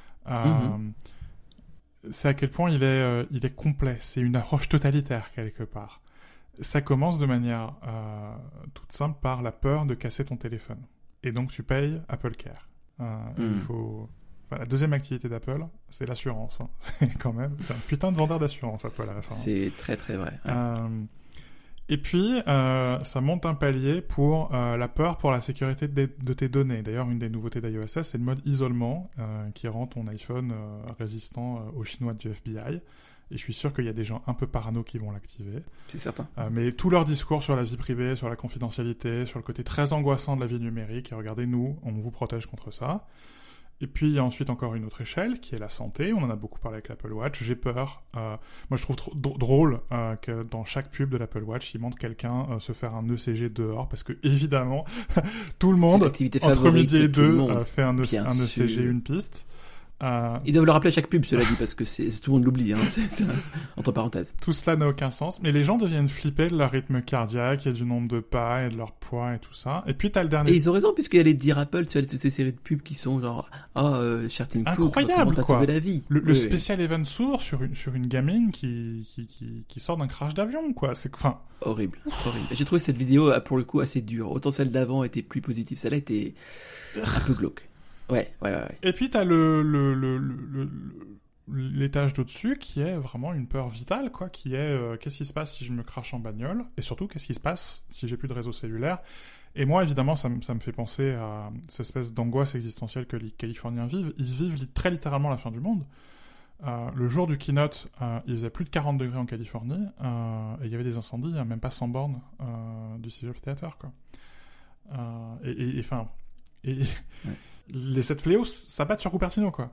C'est à quel point il est complet, c'est une approche totalitaire quelque part. Ça commence de manière toute simple par la peur de casser ton téléphone. Et donc tu payes Apple Care. La deuxième activité d'Apple, c'est l'assurance. Hein. C'est un putain de vendeur d'assurance, Apple, à la fin. C'est très très vrai. Et puis, ça monte un palier pour la peur pour la sécurité de tes données. D'ailleurs, une des nouveautés d'iOS, c'est le mode isolement qui rend ton iPhone résistant aux Chinois du FBI. Et je suis sûr qu'il y a des gens un peu parano qui vont l'activer. C'est certain. Mais tout leur discours sur la vie privée, sur la confidentialité, sur le côté très angoissant de la vie numérique, et regardez, nous, on vous protège contre ça. Et puis, il y a ensuite encore une autre échelle, qui est la santé. On en a beaucoup parlé avec l'Apple Watch. J'ai peur. Moi, je trouve drôle que dans chaque pub de l'Apple Watch, ils montrent quelqu'un se faire un ECG dehors, parce que, évidemment, tout le monde, entre midi et 2, fait un ECG, une piste. Ils doivent le rappeler à chaque pub, cela dit, parce que tout le monde l'oublie, hein, c'est entre parenthèses. Tout cela n'a aucun sens, mais les gens deviennent flippés de leur rythme cardiaque et du nombre de pas et de leur poids et tout ça. Et puis t'as le dernier... Et ils ont raison, puisqu'il y a les Dear Apple, tu vois, toutes ces séries de pubs qui sont genre, cher Tim Cook, incroyable, quoi. Sauver la vie. Le special event s'ouvre sur une gamine qui sort d'un crash d'avion, quoi. C'est, enfin... Horrible. J'ai trouvé cette vidéo, pour le coup, assez dure. Autant celle d'avant était plus positive, celle-là était un peu glauque. Ouais. Et puis t'as l'étage d'au-dessus qui est vraiment une peur vitale, quoi, qui est qu'est-ce qui se passe si je me crache en bagnole, et surtout qu'est-ce qui se passe si j'ai plus de réseau cellulaire. Et moi, évidemment, ça me fait penser à cette espèce d'angoisse existentielle que les Californiens vivent. Ils vivent très littéralement la fin du monde. Le jour du keynote, il faisait plus de 40 degrés en Californie, et il y avait des incendies à même pas 100 bornes du Caesars Theater, quoi. Les 7 fléaux s'abattent sur Cupertino, quoi.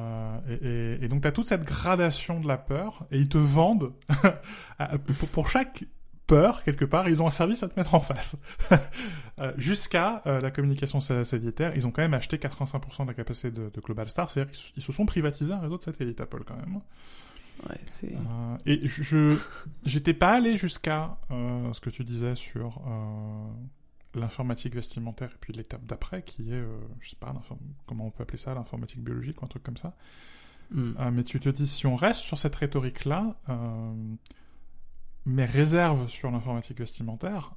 Et donc t'as toute cette gradation de la peur, et ils te vendent pour chaque peur, quelque part, ils ont un service à te mettre en face. Jusqu'à la communication satellitaire, ils ont quand même acheté 85% de la capacité de Global Star, c'est-à-dire qu'ils se sont privatisés un réseau de satellites Apple, quand même. Ouais, c'est... Et j'étais pas allé jusqu'à ce que tu disais sur l'informatique vestimentaire et puis l'étape d'après qui est, je sais pas, comment on peut appeler ça, l'informatique biologique ou un truc comme ça. Mais tu te dis, si on reste sur cette rhétorique-là, mes réserves sur l'informatique vestimentaire,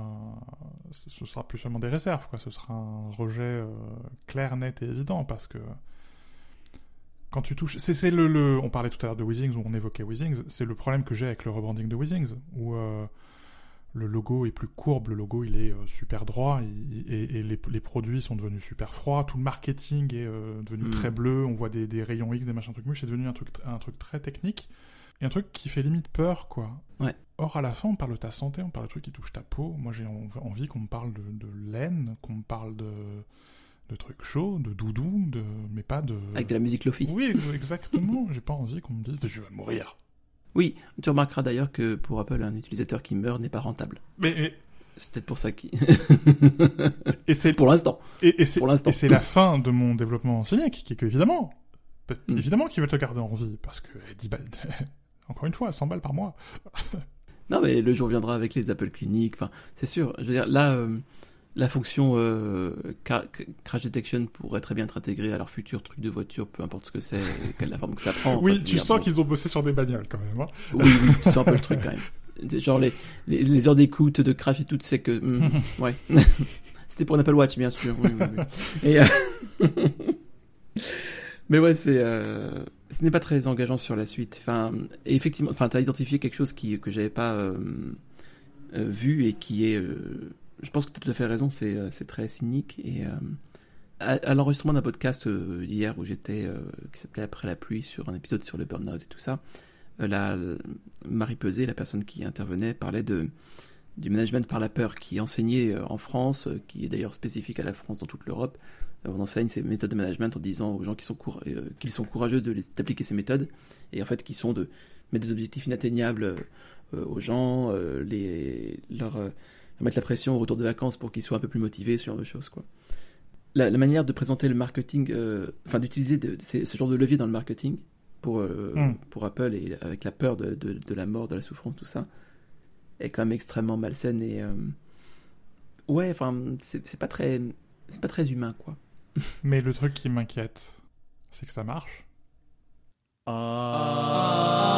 ce sera plus seulement des réserves, quoi. Ce sera un rejet clair, net et évident, parce que quand tu touches... C'est on parlait tout à l'heure de Weezings, où on évoquait Weezings, c'est le problème que j'ai avec le rebranding de Weezings, où le logo est plus courbe, le logo il est super droit, et les produits sont devenus super froids, tout le marketing est devenu très bleu, on voit des rayons X, des machins trucs mûches, c'est devenu un truc très technique, et un truc qui fait limite peur, quoi. Ouais. Or, à la fin, on parle de ta santé, on parle de trucs qui touchent ta peau. Moi, j'ai envie qu'on me parle de laine, qu'on me parle de trucs chauds, de doudou, mais pas de... Avec de la musique lofi. Oui, exactement. J'ai pas envie qu'on me dise je vais mourir. Oui, tu remarqueras d'ailleurs que pour Apple, un utilisateur qui meurt n'est pas rentable. Mais... C'est peut-être pour ça qu'il... Et c'est... Pour l'instant. Et c'est la fin de mon développement cynique, qui est que, évidemment, qu'ils veulent te garder en vie, parce que 10 balles... Encore une fois, 100 balles par mois. Non, mais le jour viendra avec les Apple Clinic. Enfin, c'est sûr. Je veux dire, là, la fonction crash detection pourrait très bien être intégrée à leur futur truc de voiture, peu importe ce que c'est, quelle la forme que ça prend. Oui, tu sens qu'ils ont bossé sur des bagnoles quand même. Hein. Oui, tu sens un peu le truc quand même. Genre les heures d'écoute de crash et tout, c'est que ouais. C'était pour un Apple Watch, bien sûr. Oui. Et mais ouais, ce n'est pas très engageant sur la suite. Enfin, et effectivement, t'as identifié quelque chose que j'avais pas vu et qui est, je pense que tu as tout à fait raison. C'est très cynique et à l'enregistrement d'un podcast hier où j'étais, qui s'appelait Après la pluie, sur un épisode sur le burn-out et tout ça. Marie Peset, la personne qui intervenait, parlait du management par la peur qui est enseigné en France, qui est d'ailleurs spécifique à la France dans toute l'Europe. On enseigne ces méthodes de management en disant aux gens qu'ils sont courageux d'appliquer ces méthodes, et en fait qui sont de mettre des objectifs inatteignables aux gens, leur mettre la pression au retour de vacances pour qu'ils soient un peu plus motivés, ce genre de choses, quoi. La manière de présenter le marketing, d'utiliser ce genre de levier dans le marketing pour Apple, et avec la peur de la mort, de la souffrance, tout ça, est quand même extrêmement malsaine et c'est pas très humain, quoi. Mais le truc qui m'inquiète, c'est que ça marche.